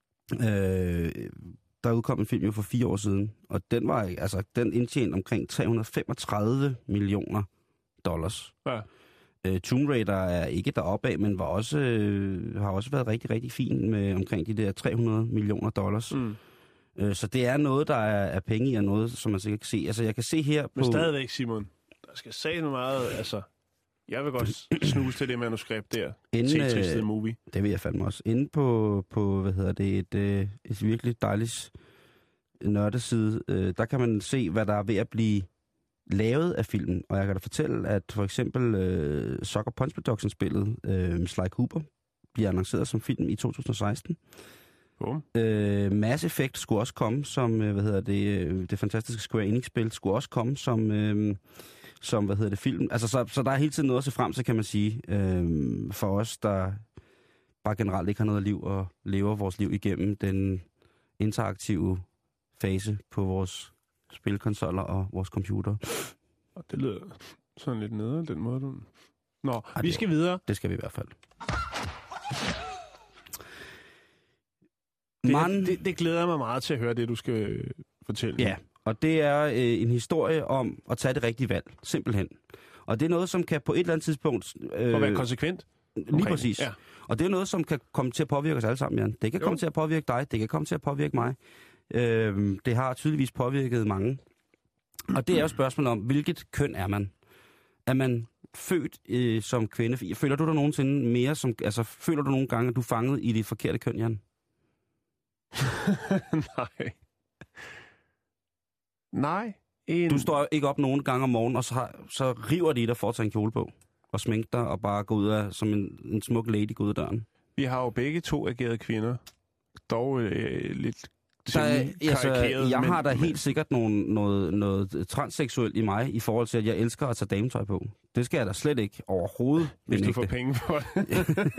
Øh, Der udkom en film jo for fire år siden, og den var altså den indtjente omkring tre hundrede og femogtredive millioner dollars. Ja. Uh, Tomb Raider er ikke deroppe af, men var også, uh, har også været rigtig, rigtig fin med omkring de der tre hundrede millioner dollars. Mm. Uh, så det er noget, der er, er penge i, og noget, som man sikkert kan se. Altså, jeg kan se her på... Men stadigvæk, Simon, der skal sige noget meget, altså... Jeg vil godt snuse til det manuskript der. Inden, Til Twisted Movie. Det vil jeg fandme også. Inde på, på hvad hedder det, et, et, et virkelig dejligt nørdeside, øh, der kan man se, hvad der er ved at blive lavet af filmen. Og jeg kan da fortælle, at for eksempel øh, Sucker Punch Productions-spillet øh, Sly Cooper bliver annonceret som film i to tusind og seksten. Bum. Øh, Mass Effect skulle også komme som, øh, hvad hedder det, øh, det fantastiske Square Enix-spil skulle også komme som... Øh, som, hvad hedder det, film. Altså, så, så der er hele tiden noget at se frem til, kan man sige, øhm, for os, der bare generelt ikke har noget liv og lever vores liv igennem den interaktive fase på vores spilkonsoller og vores computer. Og det lyder sådan lidt nede, den måde, du... Nå, Ej, vi det- skal videre. Det skal vi i hvert fald. Det, Man, det, det glæder mig meget til at høre, det du skal øh, fortælle. ja, og det er øh, en historie om at tage det rigtige valg, simpelthen. Og det er noget, som kan på et eller andet tidspunkt... Øh, For at være konsekvent. Lige omkring- præcis. Ja. Og det er noget, som kan komme til at påvirke os alle sammen, Jan. Det kan Jo. komme til at påvirke dig, det kan komme til at påvirke mig. Øhm, det har tydeligvis påvirket mange. Og det er jo spørgsmålet om, hvilket køn er man? Er man født øh, som kvinde? Føler du dig nogensinde mere som... Altså, føler du nogle gange, at du er fanget i det forkerte køn, Jan? Nej. Nej. En... Du står ikke op nogen gange om morgenen, og så, har, så river de dig for at tage en kjole på. Og sminke dig, og bare gå ud af, som en, en smuk lady, gå ud af døren. Vi har jo begge to ageret kvinder. Dog øh, lidt Der, er- temmelig altså, karikeret, jeg men- har da men- helt sikkert nogle, noget, noget transseksuelt i mig, i forhold til, at jeg elsker at tage dametøj på. Det skal jeg da slet ikke overhovedet Hvis du benægte. får penge for det.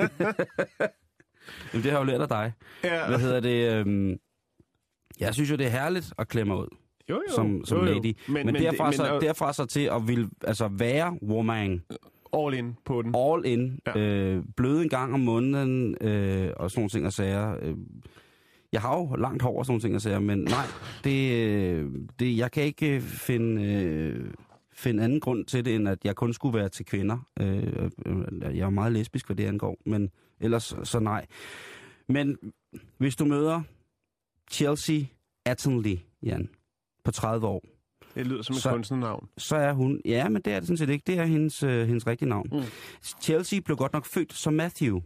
Jamen, det har jeg jo lært af dig. Ja. Hvad hedder det? Øhm, jeg synes jo, det er herligt at klemme mig ud Jo, jo. som, som jo, jo. lady. Men, men, derfra, det, så, men, derfra så til at vil, altså være woman, all in på den. all in, Ja. øh, bløde en gang om måneden, øh, og sådan nogle ting og sager. Øh, jeg har jo langt hår og sådan nogle ting og sager, men nej, det, øh, det, jeg kan ikke øh, finde, øh, finde anden grund til det, end at jeg kun skulle være til kvinder. Øh, øh, jeg er meget lesbisk, hvad det angår, men ellers så nej. Men hvis du møder Chelsea Attenley, Jan, på tredive år, Det lyder som et Så- kunstnernavn. så er hun... Ja, men det er det sådan set ikke. Det er hendes, øh, hendes rigtige navn. Mm. Chelsea blev godt nok født som Matthew.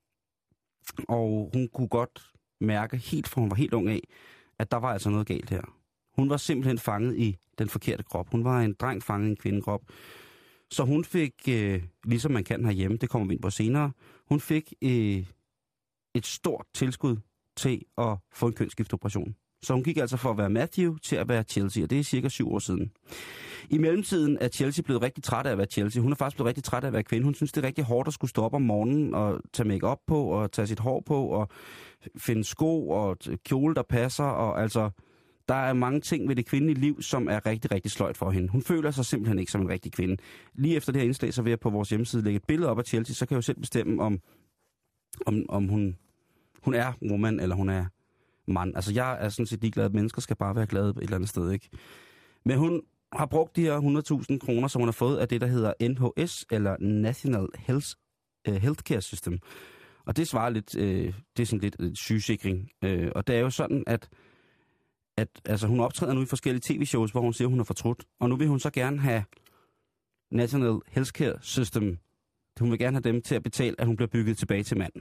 Og hun kunne godt mærke, helt fra hun var helt ung af, at der var altså noget galt her. Hun var simpelthen fanget i den forkerte krop. Hun var en dreng fanget i en kvindekrop. Så hun fik, øh, ligesom man kan herhjemme, det kommer vi ind på senere, hun fik øh, et stort tilskud til at få en kønsskiftoperation. Så hun gik altså fra at være Matthew til at være Chelsea, og det er cirka syv år siden. I mellemtiden er Chelsea blevet rigtig træt af at være Chelsea. Hun er faktisk blevet rigtig træt af at være kvinde. Hun synes, det er rigtig hårdt at skulle stå op om morgenen og tage make-up på, og tage sit hår på, og finde sko og kjole, der passer. Og altså, der er mange ting ved det kvindelige liv, som er rigtig, rigtig sløjt for hende. Hun føler sig simpelthen ikke som en rigtig kvinde. Lige efter det her indslag, så vil jeg på vores hjemmeside lægge et billede op af Chelsea, så kan jeg jo selv bestemme, om, om, om hun, hun er woman, eller hun er mand. Altså, jeg er sådan set ligeglad, at mennesker skal bare være glade et eller andet sted, ikke? Men hun har brugt de her hundrede tusind kroner, som hun har fået af det, der hedder N H S, eller National Health, uh, Healthcare System. Og det svarer lidt, uh, det er sådan lidt uh, sygesikring. Uh, og det er jo sådan, at, at altså, hun optræder nu i forskellige tv-shows, hvor hun siger, hun har fortrudt. Og nu vil hun så gerne have National Healthcare System hun vil gerne have dem til at betale, at hun bliver bygget tilbage til manden.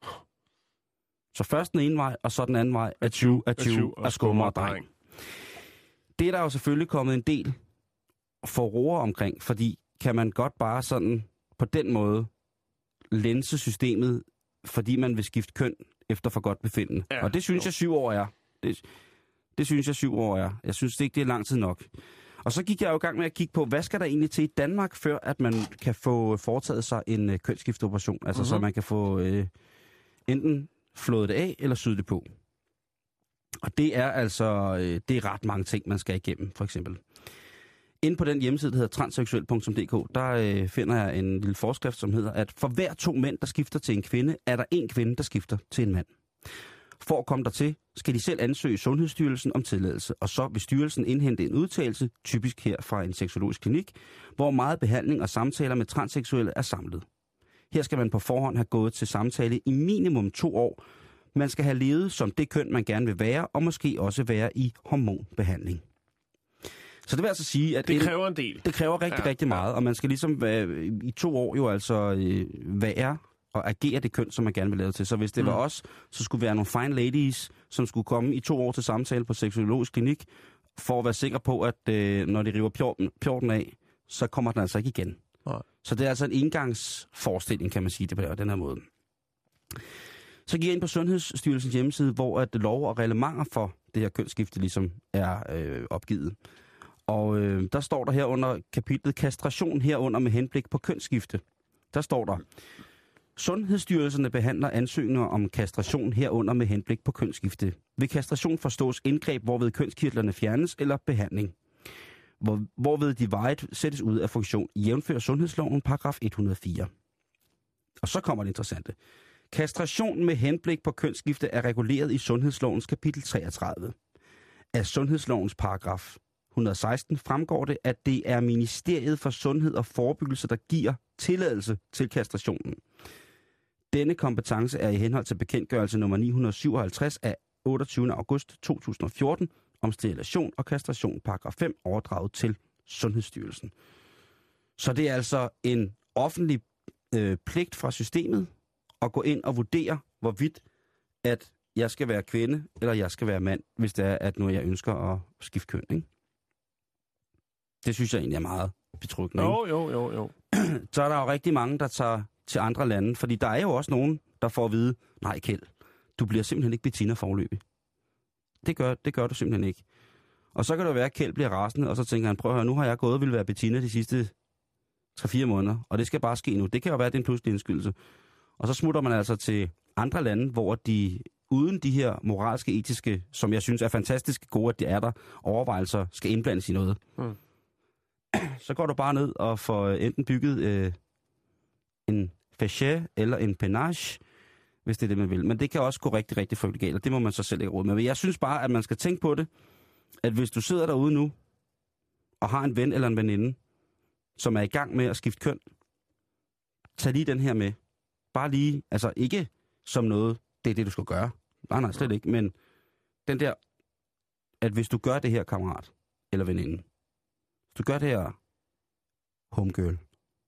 Så først den ene vej, og så den anden vej, at tyve er tyve, og skummer og dreng. Det er der jo selvfølgelig kommet en del forroer omkring, fordi kan man godt bare sådan på den måde lænse systemet, fordi man vil skifte køn efter for godt befindende. Ja, og det synes jo. jeg syv år er. Det, det synes jeg syv år er. Jeg synes ikke, det er lang tid nok. Og så gik jeg jo i gang med at kigge på, hvad skal der egentlig til i Danmark, før at man kan få foretaget sig en uh, kønsskifteoperation. Altså mm-hmm. så man kan få uh, enten flået det af, eller syet det på. Og det er altså, uh, det er ret mange ting, man skal igennem, for eksempel. Inde på den hjemmeside, der hedder transseksuel punktum d k, der øh, finder jeg en lille forskrift, som hedder, at for hver to mænd, der skifter til en kvinde, er der en kvinde, der skifter til en mand. For at komme dertil, skal de selv ansøge Sundhedsstyrelsen om tilladelse, og så vil styrelsen indhente en udtalelse, typisk her fra en seksologisk klinik, hvor meget behandling og samtaler med transseksuelle er samlet. Her skal man på forhånd have gået til samtale i minimum to år. Man skal have levet som det køn, man gerne vil være, og måske også være i hormonbehandling. Så det vil altså sige, at det kræver en del. Det kræver rigtig, ja, rigtig meget, ja. Og man skal ligesom være, i to år jo altså øh, være og agere det køn, som man gerne vil lave til. Så hvis det mm. var os, så skulle vi være nogle fine ladies, som skulle komme i to år til samtale på seksologisk klinik, for at være sikker på, at øh, når de river pjorten, pjorten af, så kommer den altså ikke igen. Nej. Så det er altså en engangsforestilling, kan man sige det på den her måde. Så gik jeg ind på Sundhedsstyrelsens hjemmeside, hvor at lov og reglementer for det her kønsskifte ligesom er øh, opgivet. Og øh, der står der her under kapitlet kastration herunder med henblik på kønsskifte. Der står der, Sundhedsstyrelserne behandler ansøgninger om kastration herunder med henblik på kønsskifte. Ved kastration forstås indgreb, hvorved kønskirtlerne fjernes eller behandling. Hvor, hvorved de varigt sættes ud af funktion, jævnfør sundhedsloven paragraf et hundrede og fire. Og så kommer det interessante. Kastration med henblik på kønsskifte er reguleret i sundhedslovens kapitel treogtredive. Af sundhedslovens paragraf et hundrede og seksten fremgår det, at det er Ministeriet for Sundhed og Forebyggelse, der giver tilladelse til kastrationen. Denne kompetence er i henhold til bekendtgørelse nummer ni hundrede syvoghalvtreds af otteogtyvende august to tusind og fjorten om sterilisation og kastration, paragraf fem, overdraget til Sundhedsstyrelsen. Så det er altså en offentlig øh, pligt fra systemet at gå ind og vurdere, hvorvidt at jeg skal være kvinde, eller jeg skal være mand, hvis det er, at nu jeg ønsker at skifte køn, ikke? Det synes jeg egentlig er meget betryggende. Jo, jo, jo, jo. Så er der jo rigtig mange, der tager til andre lande, fordi der er jo også nogen, der får at vide, nej Kjeld, du bliver simpelthen ikke Bettina foreløbig. Det gør, det gør du simpelthen ikke. Og så kan det være, at Kjeld bliver rasende, og så tænker han, prøv at høre, nu har jeg gået og ville være Bettina de sidste tre fire måneder, og det skal bare ske nu. Det kan jo være, at det er en pludselig indskydelse. Og så smutter man altså til andre lande, hvor de uden de her moralske, etiske, som jeg synes er fantastisk gode, at de er der, overvejelser skal indblandes i noget. Mm. Så går du bare ned og får enten bygget øh, en fæche eller en penage, hvis det er det, man vil. Men det kan også gå rigtig, rigtig frygtelig galt, og det må man så selv ikke råde med. Men jeg synes bare, at man skal tænke på det, at hvis du sidder derude nu, og har en ven eller en veninde, som er i gang med at skifte køn, tag lige den her med. Bare lige, altså ikke som noget, det er det, du skal gøre. Nej, nej, slet ikke. Men den der, at hvis du gør det her, kammerat eller veninde, hvis du gør det her homegirl,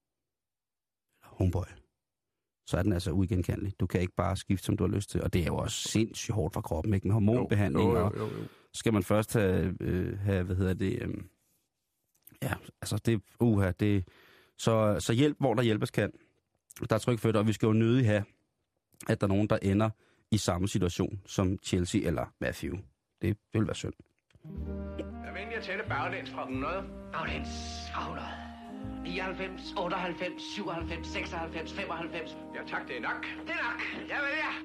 homeboy, så er den altså uigenkendelig. Du kan ikke bare skifte, som du har lyst til. Og det er jo også sindssygt hårdt for kroppen, ikke? Med hormonbehandling. Jo, jo, jo, jo. Skal man først have, øh, have hvad hedder det, øh, ja, altså det, uha, det, så, så hjælp, hvor der hjælpes kan. Der er tryk for det, og vi skal jo nødig have, at der er nogen, der ender i samme situation som Chelsea eller Matthew. Det vil være synd. Jeg vil egentlig tælle baglæns fra hundrede. Baglæns fra hundrede. nioghalvfems, otteoghalvfems, syvoghalvfems, seksoghalvfems, femoghalvfems. Ja tak, det er nok. Det er nok. Jeg vil ja.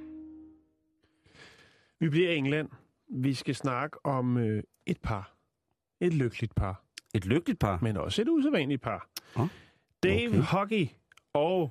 Vi bliver i England. Vi skal snakke om øh, et par. Et lykkeligt par. Et lykkeligt par? Men også et usædvanligt par. Oh, Dave okay. Hockey og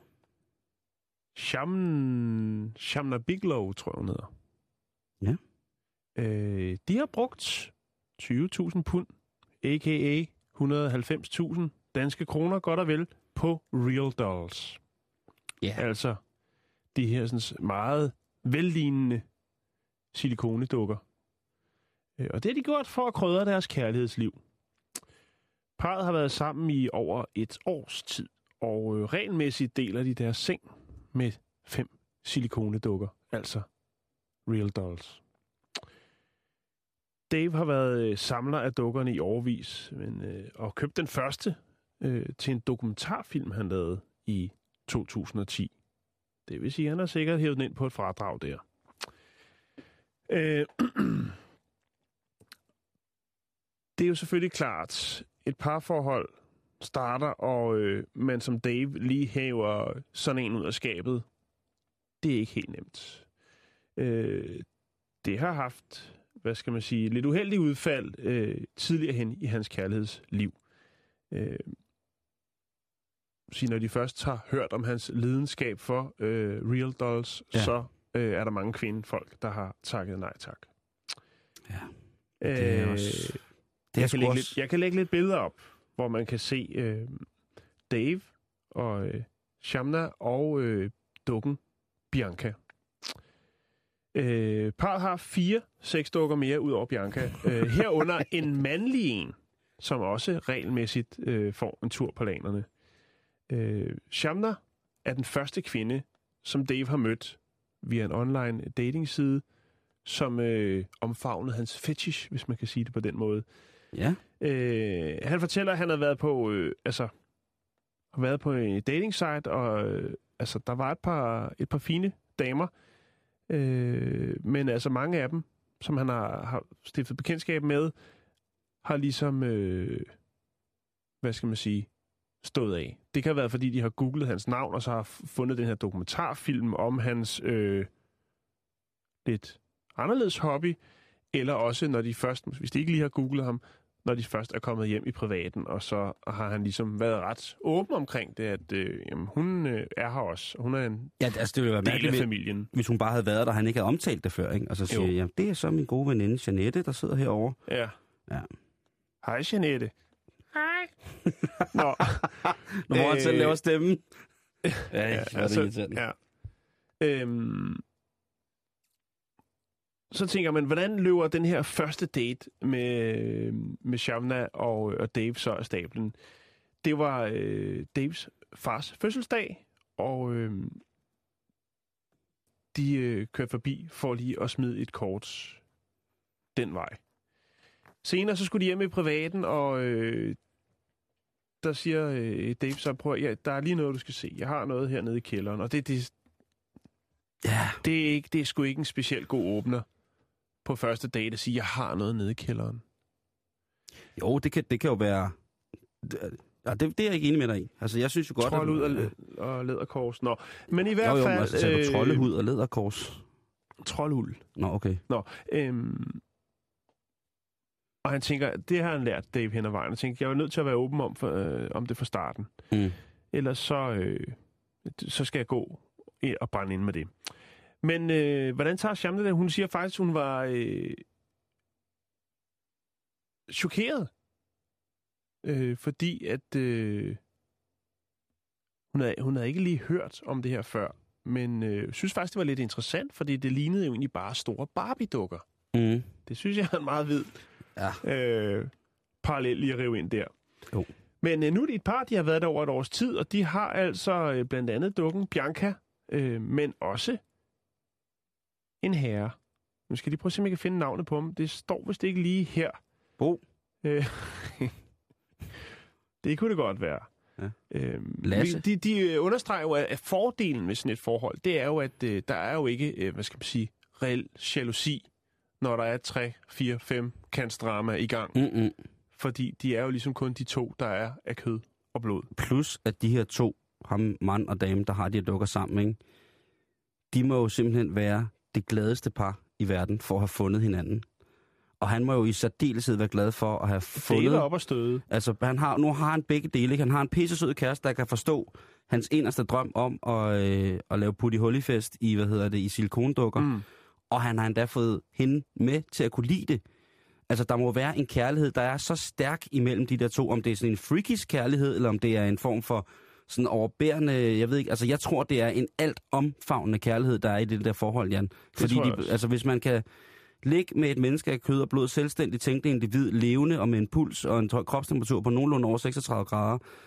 Sham... Shamna Bigelow, tror jeg, hun hedder. Ja. Øh, de har brugt tyve tusind pund, a k a et hundrede og halvfems tusind danske kroner, godt og vel, på Real Dolls. Ja. Yeah. Altså, de her sådan, meget vellignende silikonedukker. Øh, og det har de gjort for at krydre deres kærlighedsliv. Parret har været sammen i over et års tid, og øh, regelmæssigt deler de deres seng med fem silikonedukker, altså Real Dolls. Dave har været øh, samler af dukkerne i årevis, men, øh, og købt den første øh, til en dokumentarfilm, han lavede i to tusind og ti. Det vil sige, at han har sikkert hævet den ind på et fradrag der. Øh, det er jo selvfølgelig klart, et parforhold starter, og øh, man som Dave lige hæver sådan en ud af skabet. Det er ikke helt nemt. Øh, det har haft, hvad skal man sige, lidt uheldig udfald øh, tidligere hen i hans kærlighedsliv. Øh, så når de først har hørt om hans lidenskab for øh, Real Dolls, ja. så øh, er der mange kvindefolk, der har takket nej tak. Ja, det er øh, også... Det er jeg, kan lægge også... lidt, jeg kan lægge lidt billeder op, hvor man kan se øh, Dave og øh, Shamna og øh, dukken Bianca. Øh, parret har fire sexdukker mere ud over Bianca. Øh, herunder en mandlig en, som også regelmæssigt øh, får en tur på lanerne. Øh, Shamna er den første kvinde, som Dave har mødt via en online datingside, som øh, omfavnede hans fetish, hvis man kan sige det på den måde. Ja. Øh, han fortæller, at han har været på, øh, altså, har været på en datingsite, og øh, altså, der var et par, et par fine damer, øh, men altså mange af dem, som han har, har stiftet bekendtskab med, har ligesom, øh, hvad skal man sige, stået af. Det kan have været, fordi de har googlet hans navn, og så har fundet den her dokumentarfilm om hans øh, lidt anderledes hobby, eller også, når de først, hvis de ikke lige har googlet ham, når de først er kommet hjem i privaten, og så har han ligesom været ret åben omkring det, at øh, jamen, hun øh, er her også, og hun er en ja, altså, det ville være del af familien. Hvis hun bare havde været der, han ikke havde omtalt det før, ikke? Og så siger jeg, jamen, det er så min gode veninde, Jeanette, der sidder herovre. Ja. Ja. Hej, Jeanette. Hej. Nå. Når øh, han selv laver stemmen. Ja, ja, altså, ja. Øhm, så tænker man, hvordan løber den her første date med, med Shamna og, og Dave så af stablen? Det var øh, Daves fars fødselsdag, og øh, de øh, kørte forbi for lige at smide et kort den vej. Senere så skulle de hjem i privaten, og øh, der siger øh, Dave så, prøv, ja, der er lige noget, du skal se. Jeg har noget hernede i kælderen, og det, det, ja. det, er, ikke, det er sgu ikke en specielt god åbner på første date at sige, jeg har noget nede i kælderen. Jo, det kan, det kan jo være... Ja, det, det er jeg ikke enig med dig i. Altså, jeg synes jo godt, Trold ud at... og, og læderkors. Nå, men i hvert jo, jo, fald... altså, sagde du troldehud og læderkors? Trolduld. Nå, okay. Nå, øhm, og han tænker, det har han lært Dave hen ad vejen. Jeg tænker, jeg var nødt til at være åben om, for, øh, om det fra starten. Mm. Ellers så, øh, så skal jeg gå og brænde ind med det. Men øh, hvordan tager Shamna det? Hun siger faktisk, hun var øh, chokeret. Øh, fordi at øh, hun, havde, hun havde ikke lige hørt om det her før. Men øh, synes faktisk, det var lidt interessant, fordi det lignede jo egentlig bare store Barbie-dukker. Mm. Det synes jeg er en meget vid ja. øh, parallel lige at rive ind der. Jo. Men øh, nu er det et par, de har været der over et års tid, og de har altså øh, blandt andet dukken Bianca, øh, men også en herre. Nu skal de prøve at se, om jeg kan finde navnet på ham. Det står vist ikke lige her. Bo. Øh, det kunne det godt være. Ja. Øhm, Lasse. De, de understreger jo, at fordelen ved sådan et forhold, det er jo, at øh, der er jo ikke, øh, hvad skal man sige, reel jalousi, når der er tre, fire, fem kantsdrama i gang. Mm-mm. Fordi de er jo ligesom kun de to, der er af kød og blod. Plus, at de her to, ham, mand og dame, der har de her dukker sammen, ikke? De må jo simpelthen være det gladeste par i verden for at have fundet hinanden. Og han må jo i særdeleshed være glad for at have fundet... Dele op og støde. Altså, han har, nu har han begge dele, ikke? Han har en pissesød kæreste, der kan forstå hans inderste drøm om at, øh, at lave putti-hulli-fest i, hvad hedder det, i silikondukker. Mm. Og han har endda fået hende med til at kunne lide det. Altså, der må være en kærlighed, der er så stærk imellem de der to. Om det er sådan en freakish kærlighed, eller om det er en form for sådan overbærende... Jeg ved ikke, altså, jeg tror, det er en alt omfavnende kærlighed, der er i det der forhold, Jan. Fordi de, altså, hvis man kan ligge med et menneske af kød og blod, selvstændigt tænkende individ, levende og med en puls og en kropstemperatur på nogenlunde over seksogtredive grader,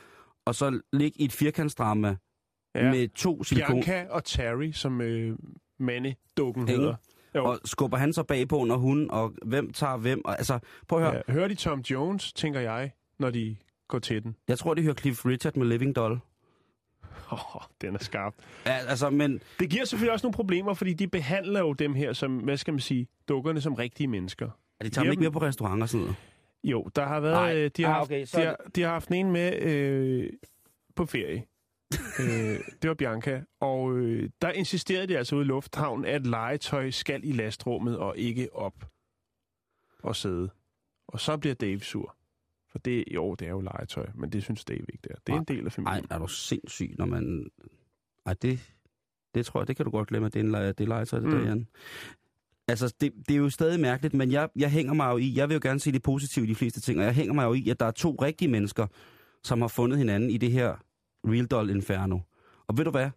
og så ligge i et firkantsdrama Ja. med to silikon... Bianca og Terry, som øh, mandedukken Ikke? hedder. Jo. Og skubber han så bagpå under hun, og hvem tager hvem? Og, altså, prøv at høre. Ja, hører de Tom Jones, tænker jeg, når de går til den? Jeg tror, de hører Cliff Richard med Living Doll. Oh, den er skarp. Ja, altså, men... Det giver selvfølgelig også nogle problemer, fordi de behandler jo dem her som, hvad skal man sige, dukkerne som rigtige mennesker. Er de tager dem ikke med på restauranter og sådan noget? Jo, der har været... Nej. Øh, de, har Ah, haft, okay, så de, er har, de har haft en med øh, på ferie. øh, det var Bianca. Og øh, der insisterede de altså ude i lufthavnen, at legetøj skal i lastrummet og ikke op og sidde. Og så bliver Dave sur. For det, jo, det er jo legetøj, men det synes Dave ikke der. Det er en del af familien. Nej, er du sindssyg, når man... Ej, det, det tror jeg, det kan du godt glemme, at det er, en le- det er legetøj, det mm. der, Jan. Altså, det, det er jo stadig mærkeligt, men jeg, jeg hænger mig jo i, jeg vil jo gerne se det positive i de fleste ting, og jeg hænger mig jo i, at der er to rigtige mennesker, som har fundet hinanden i det her Real Doll Inferno. Og ved du hvad?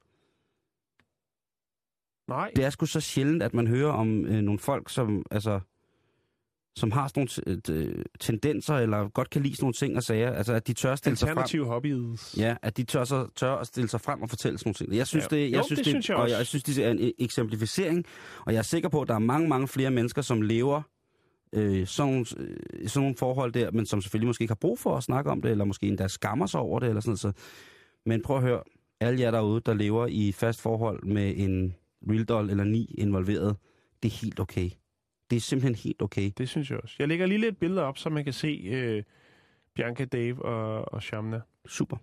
Nej. Det er sgu så sjældent, at man hører om øh, nogle folk, som, altså, som har sådan nogle t- øh, tendenser, eller godt kan lide sådan nogle ting og sager. Altså, at de tør stille sig frem. Alternative hobbies. Ja, at de tør, så, tør at stille sig frem og fortælle sådan nogle ting. Jeg synes, Ja. det, jeg Jo, synes, det det, synes jeg og også. jeg synes, det er en eksemplificering, og jeg er sikker på, at der er mange, mange flere mennesker, som lever øh, sådan, nogle, øh, sådan nogle forhold der, men som selvfølgelig måske ikke har brug for at snakke om det, eller måske endda skammer sig over det, eller sådan noget. Så. Men prøv at høre, alle jer derude, der lever i fast forhold med en real doll eller ni involveret, det er helt okay. Det er simpelthen helt okay. Det synes jeg også. Jeg lægger lige lidt billeder op, så man kan se øh, Bianca, Dave og, og Shamna. Super.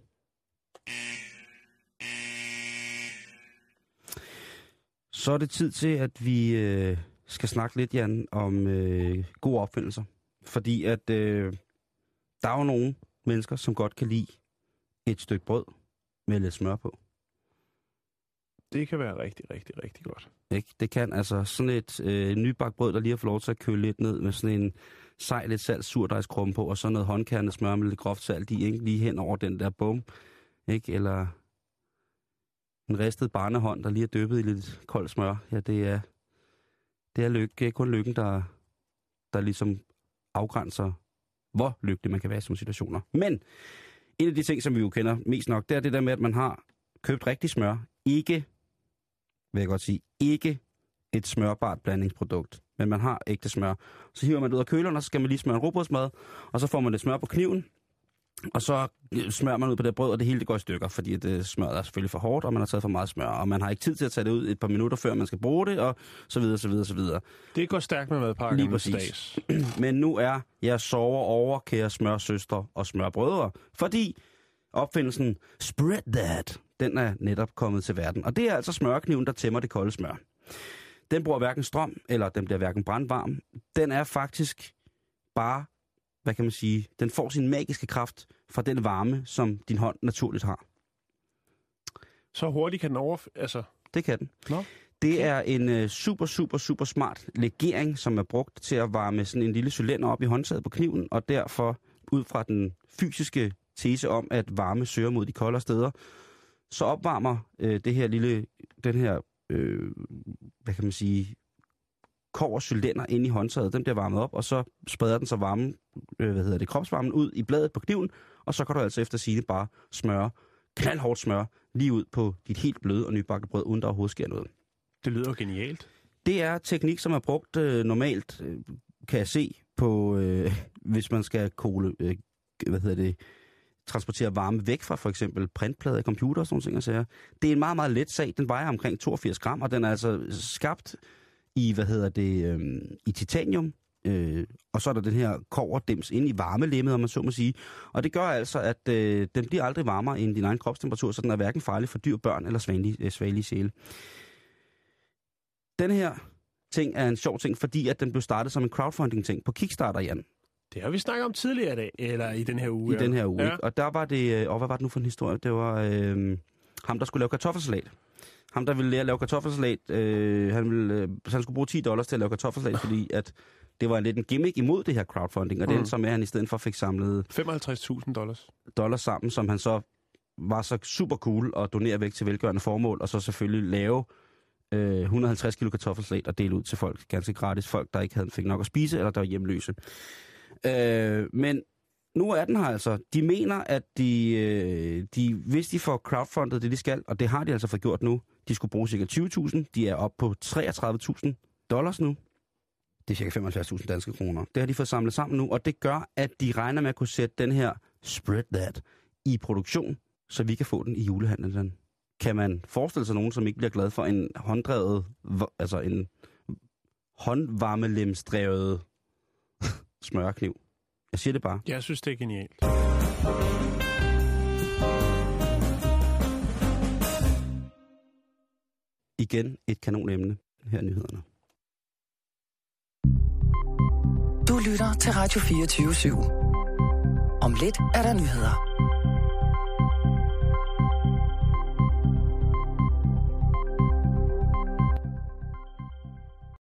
Så er det tid til, at vi øh, skal snakke lidt, Jan, om øh, gode opfindelser. Fordi at øh, der er jo nogle mennesker, som godt kan lide et stykke brød med lidt smør på. Det kan være rigtig, rigtig, rigtig godt. Ikke? Det kan altså sådan et øh, nybagt brød, der lige har fået lov til at køle lidt ned med sådan en sej, lidt salt, surdejskrumme på, og så noget håndkernet smør med lidt groft salt i, ikke? Lige hen over den der bum, ikke? Eller en ristet barnehånd, der lige er dyppet i lidt koldt smør. Ja, det er, det er lykke. Det er kun lykken, der, der ligesom afgrænser, hvor lykkelig man kan være i sådan situationer. Men en af de ting, som vi jo kender mest nok, det er det der med, at man har købt rigtig smør. Ikke, vil jeg godt sige, ikke et smørbart blandingsprodukt, men man har ægte smør. Så hiver man det ud af køleren, og så skal man lige smøre en rugbrødsmad, og så får man det smør på kniven, og så smører man ud på det brød, og det hele det går i stykker, fordi det smøret er selvfølgelig for hårdt, og man har taget for meget smør, og man har ikke tid til at tage det ud et par minutter, før man skal bruge det, og så videre, så videre, så videre. Det går stærkt med madpakken. Lige præcis. Men nu er jeg sover over, kære smørsøstre og smørbrødre, fordi opfindelsen Spread That, den er netop kommet til verden. Og det er altså smørkniven, der tæmmer det kolde smør. Den bruger hverken strøm, eller den bliver hverken brandvarm. Den er faktisk bare, hvad kan man sige, den får sin magiske kraft fra den varme, som din hånd naturligt har. Så hurtigt kan den over... Altså... Det kan den. Nå. Det er en uh, super, super, super smart legering, som er brugt til at varme sådan en lille cylinder op i håndtaget på kniven, og derfor ud fra den fysiske tese om, at varme søger mod de koldere steder, så opvarmer øh, det her lille, den her, øh, hvad kan man sige, kobbercylinder ind i håndtaget. Den bliver varmet op, og så spreder den så varmen, øh, hvad hedder det, kropsvarmen ud i bladet på kniven, og så kan du altså efter sigende bare smøre, knaldhårdt smør, lige ud på dit helt bløde og nybagte brød, uden der overhovedet sker noget. Det lyder genialt. Det er teknik, som er brugt øh, normalt, øh, kan jeg se, på, øh, hvis man skal kole, øh, hvad hedder det, transportere varme væk fra for eksempel printplader, computer og sådan nogle ting. Så det er en meget, meget let sag. Den vejer omkring toogfirs gram, og den er altså skabt i, hvad hedder det, øh, i titanium. Øh, og så er der den her kobberdims inde i varmelemmet, om man så må sige. Og det gør altså, at øh, den bliver aldrig varmere end din egen kropstemperatur, så den er hverken farlig for dyr, børn eller svagelige, svagelige sjæle. Den her ting er en sjov ting, fordi at den blev startet som en crowdfunding-ting på Kickstarter, Jan. Det har vi snakket om tidligere i dag, eller i den her uge. I ja. den her uge, ja. ikke? Og der var det, og hvad var det nu for en historie? Det var øh, ham, der skulle lave kartoffelsalat. Ham, der ville lære at lave kartoffelsalat, øh, han, ville, øh, han skulle bruge ti dollars til at lave kartoffelsalat, fordi at det var lidt en gimmick imod det her crowdfunding, og mm. den så med, at han i stedet for fik samlet femoghalvtreds tusind dollars. dollars sammen, som han så var så super cool at donere væk til velgørende formål, og så selvfølgelig lave øh, et hundrede og halvtreds kilo kartoffelsalat og dele ud til folk, ganske gratis, folk, der ikke havde fik nok at spise, eller der var hjemløse. Øh, men nu er den her altså. De mener, at de, øh, de, hvis de får crowdfundet det, de skal, og det har de altså fået gjort nu, de skulle bruge cirka tyve tusind. De er oppe på treogtredive tusind dollars nu. Det er cirka femoghalvfjerds tusind danske kroner. Det har de fået samlet sammen nu, og det gør, at de regner med at kunne sætte den her Spread That i produktion, så vi kan få den i julehandlen. Kan man forestille sig nogen, som ikke bliver glad for en hånddrevet, altså en håndvarmelemsdrevet smørkniv? Jeg siger det bare. Jeg synes, det er genialt. Igen et kanonemne her i nyhederne. Du lytter til Radio fireogtyve syv. Om lidt er der nyheder.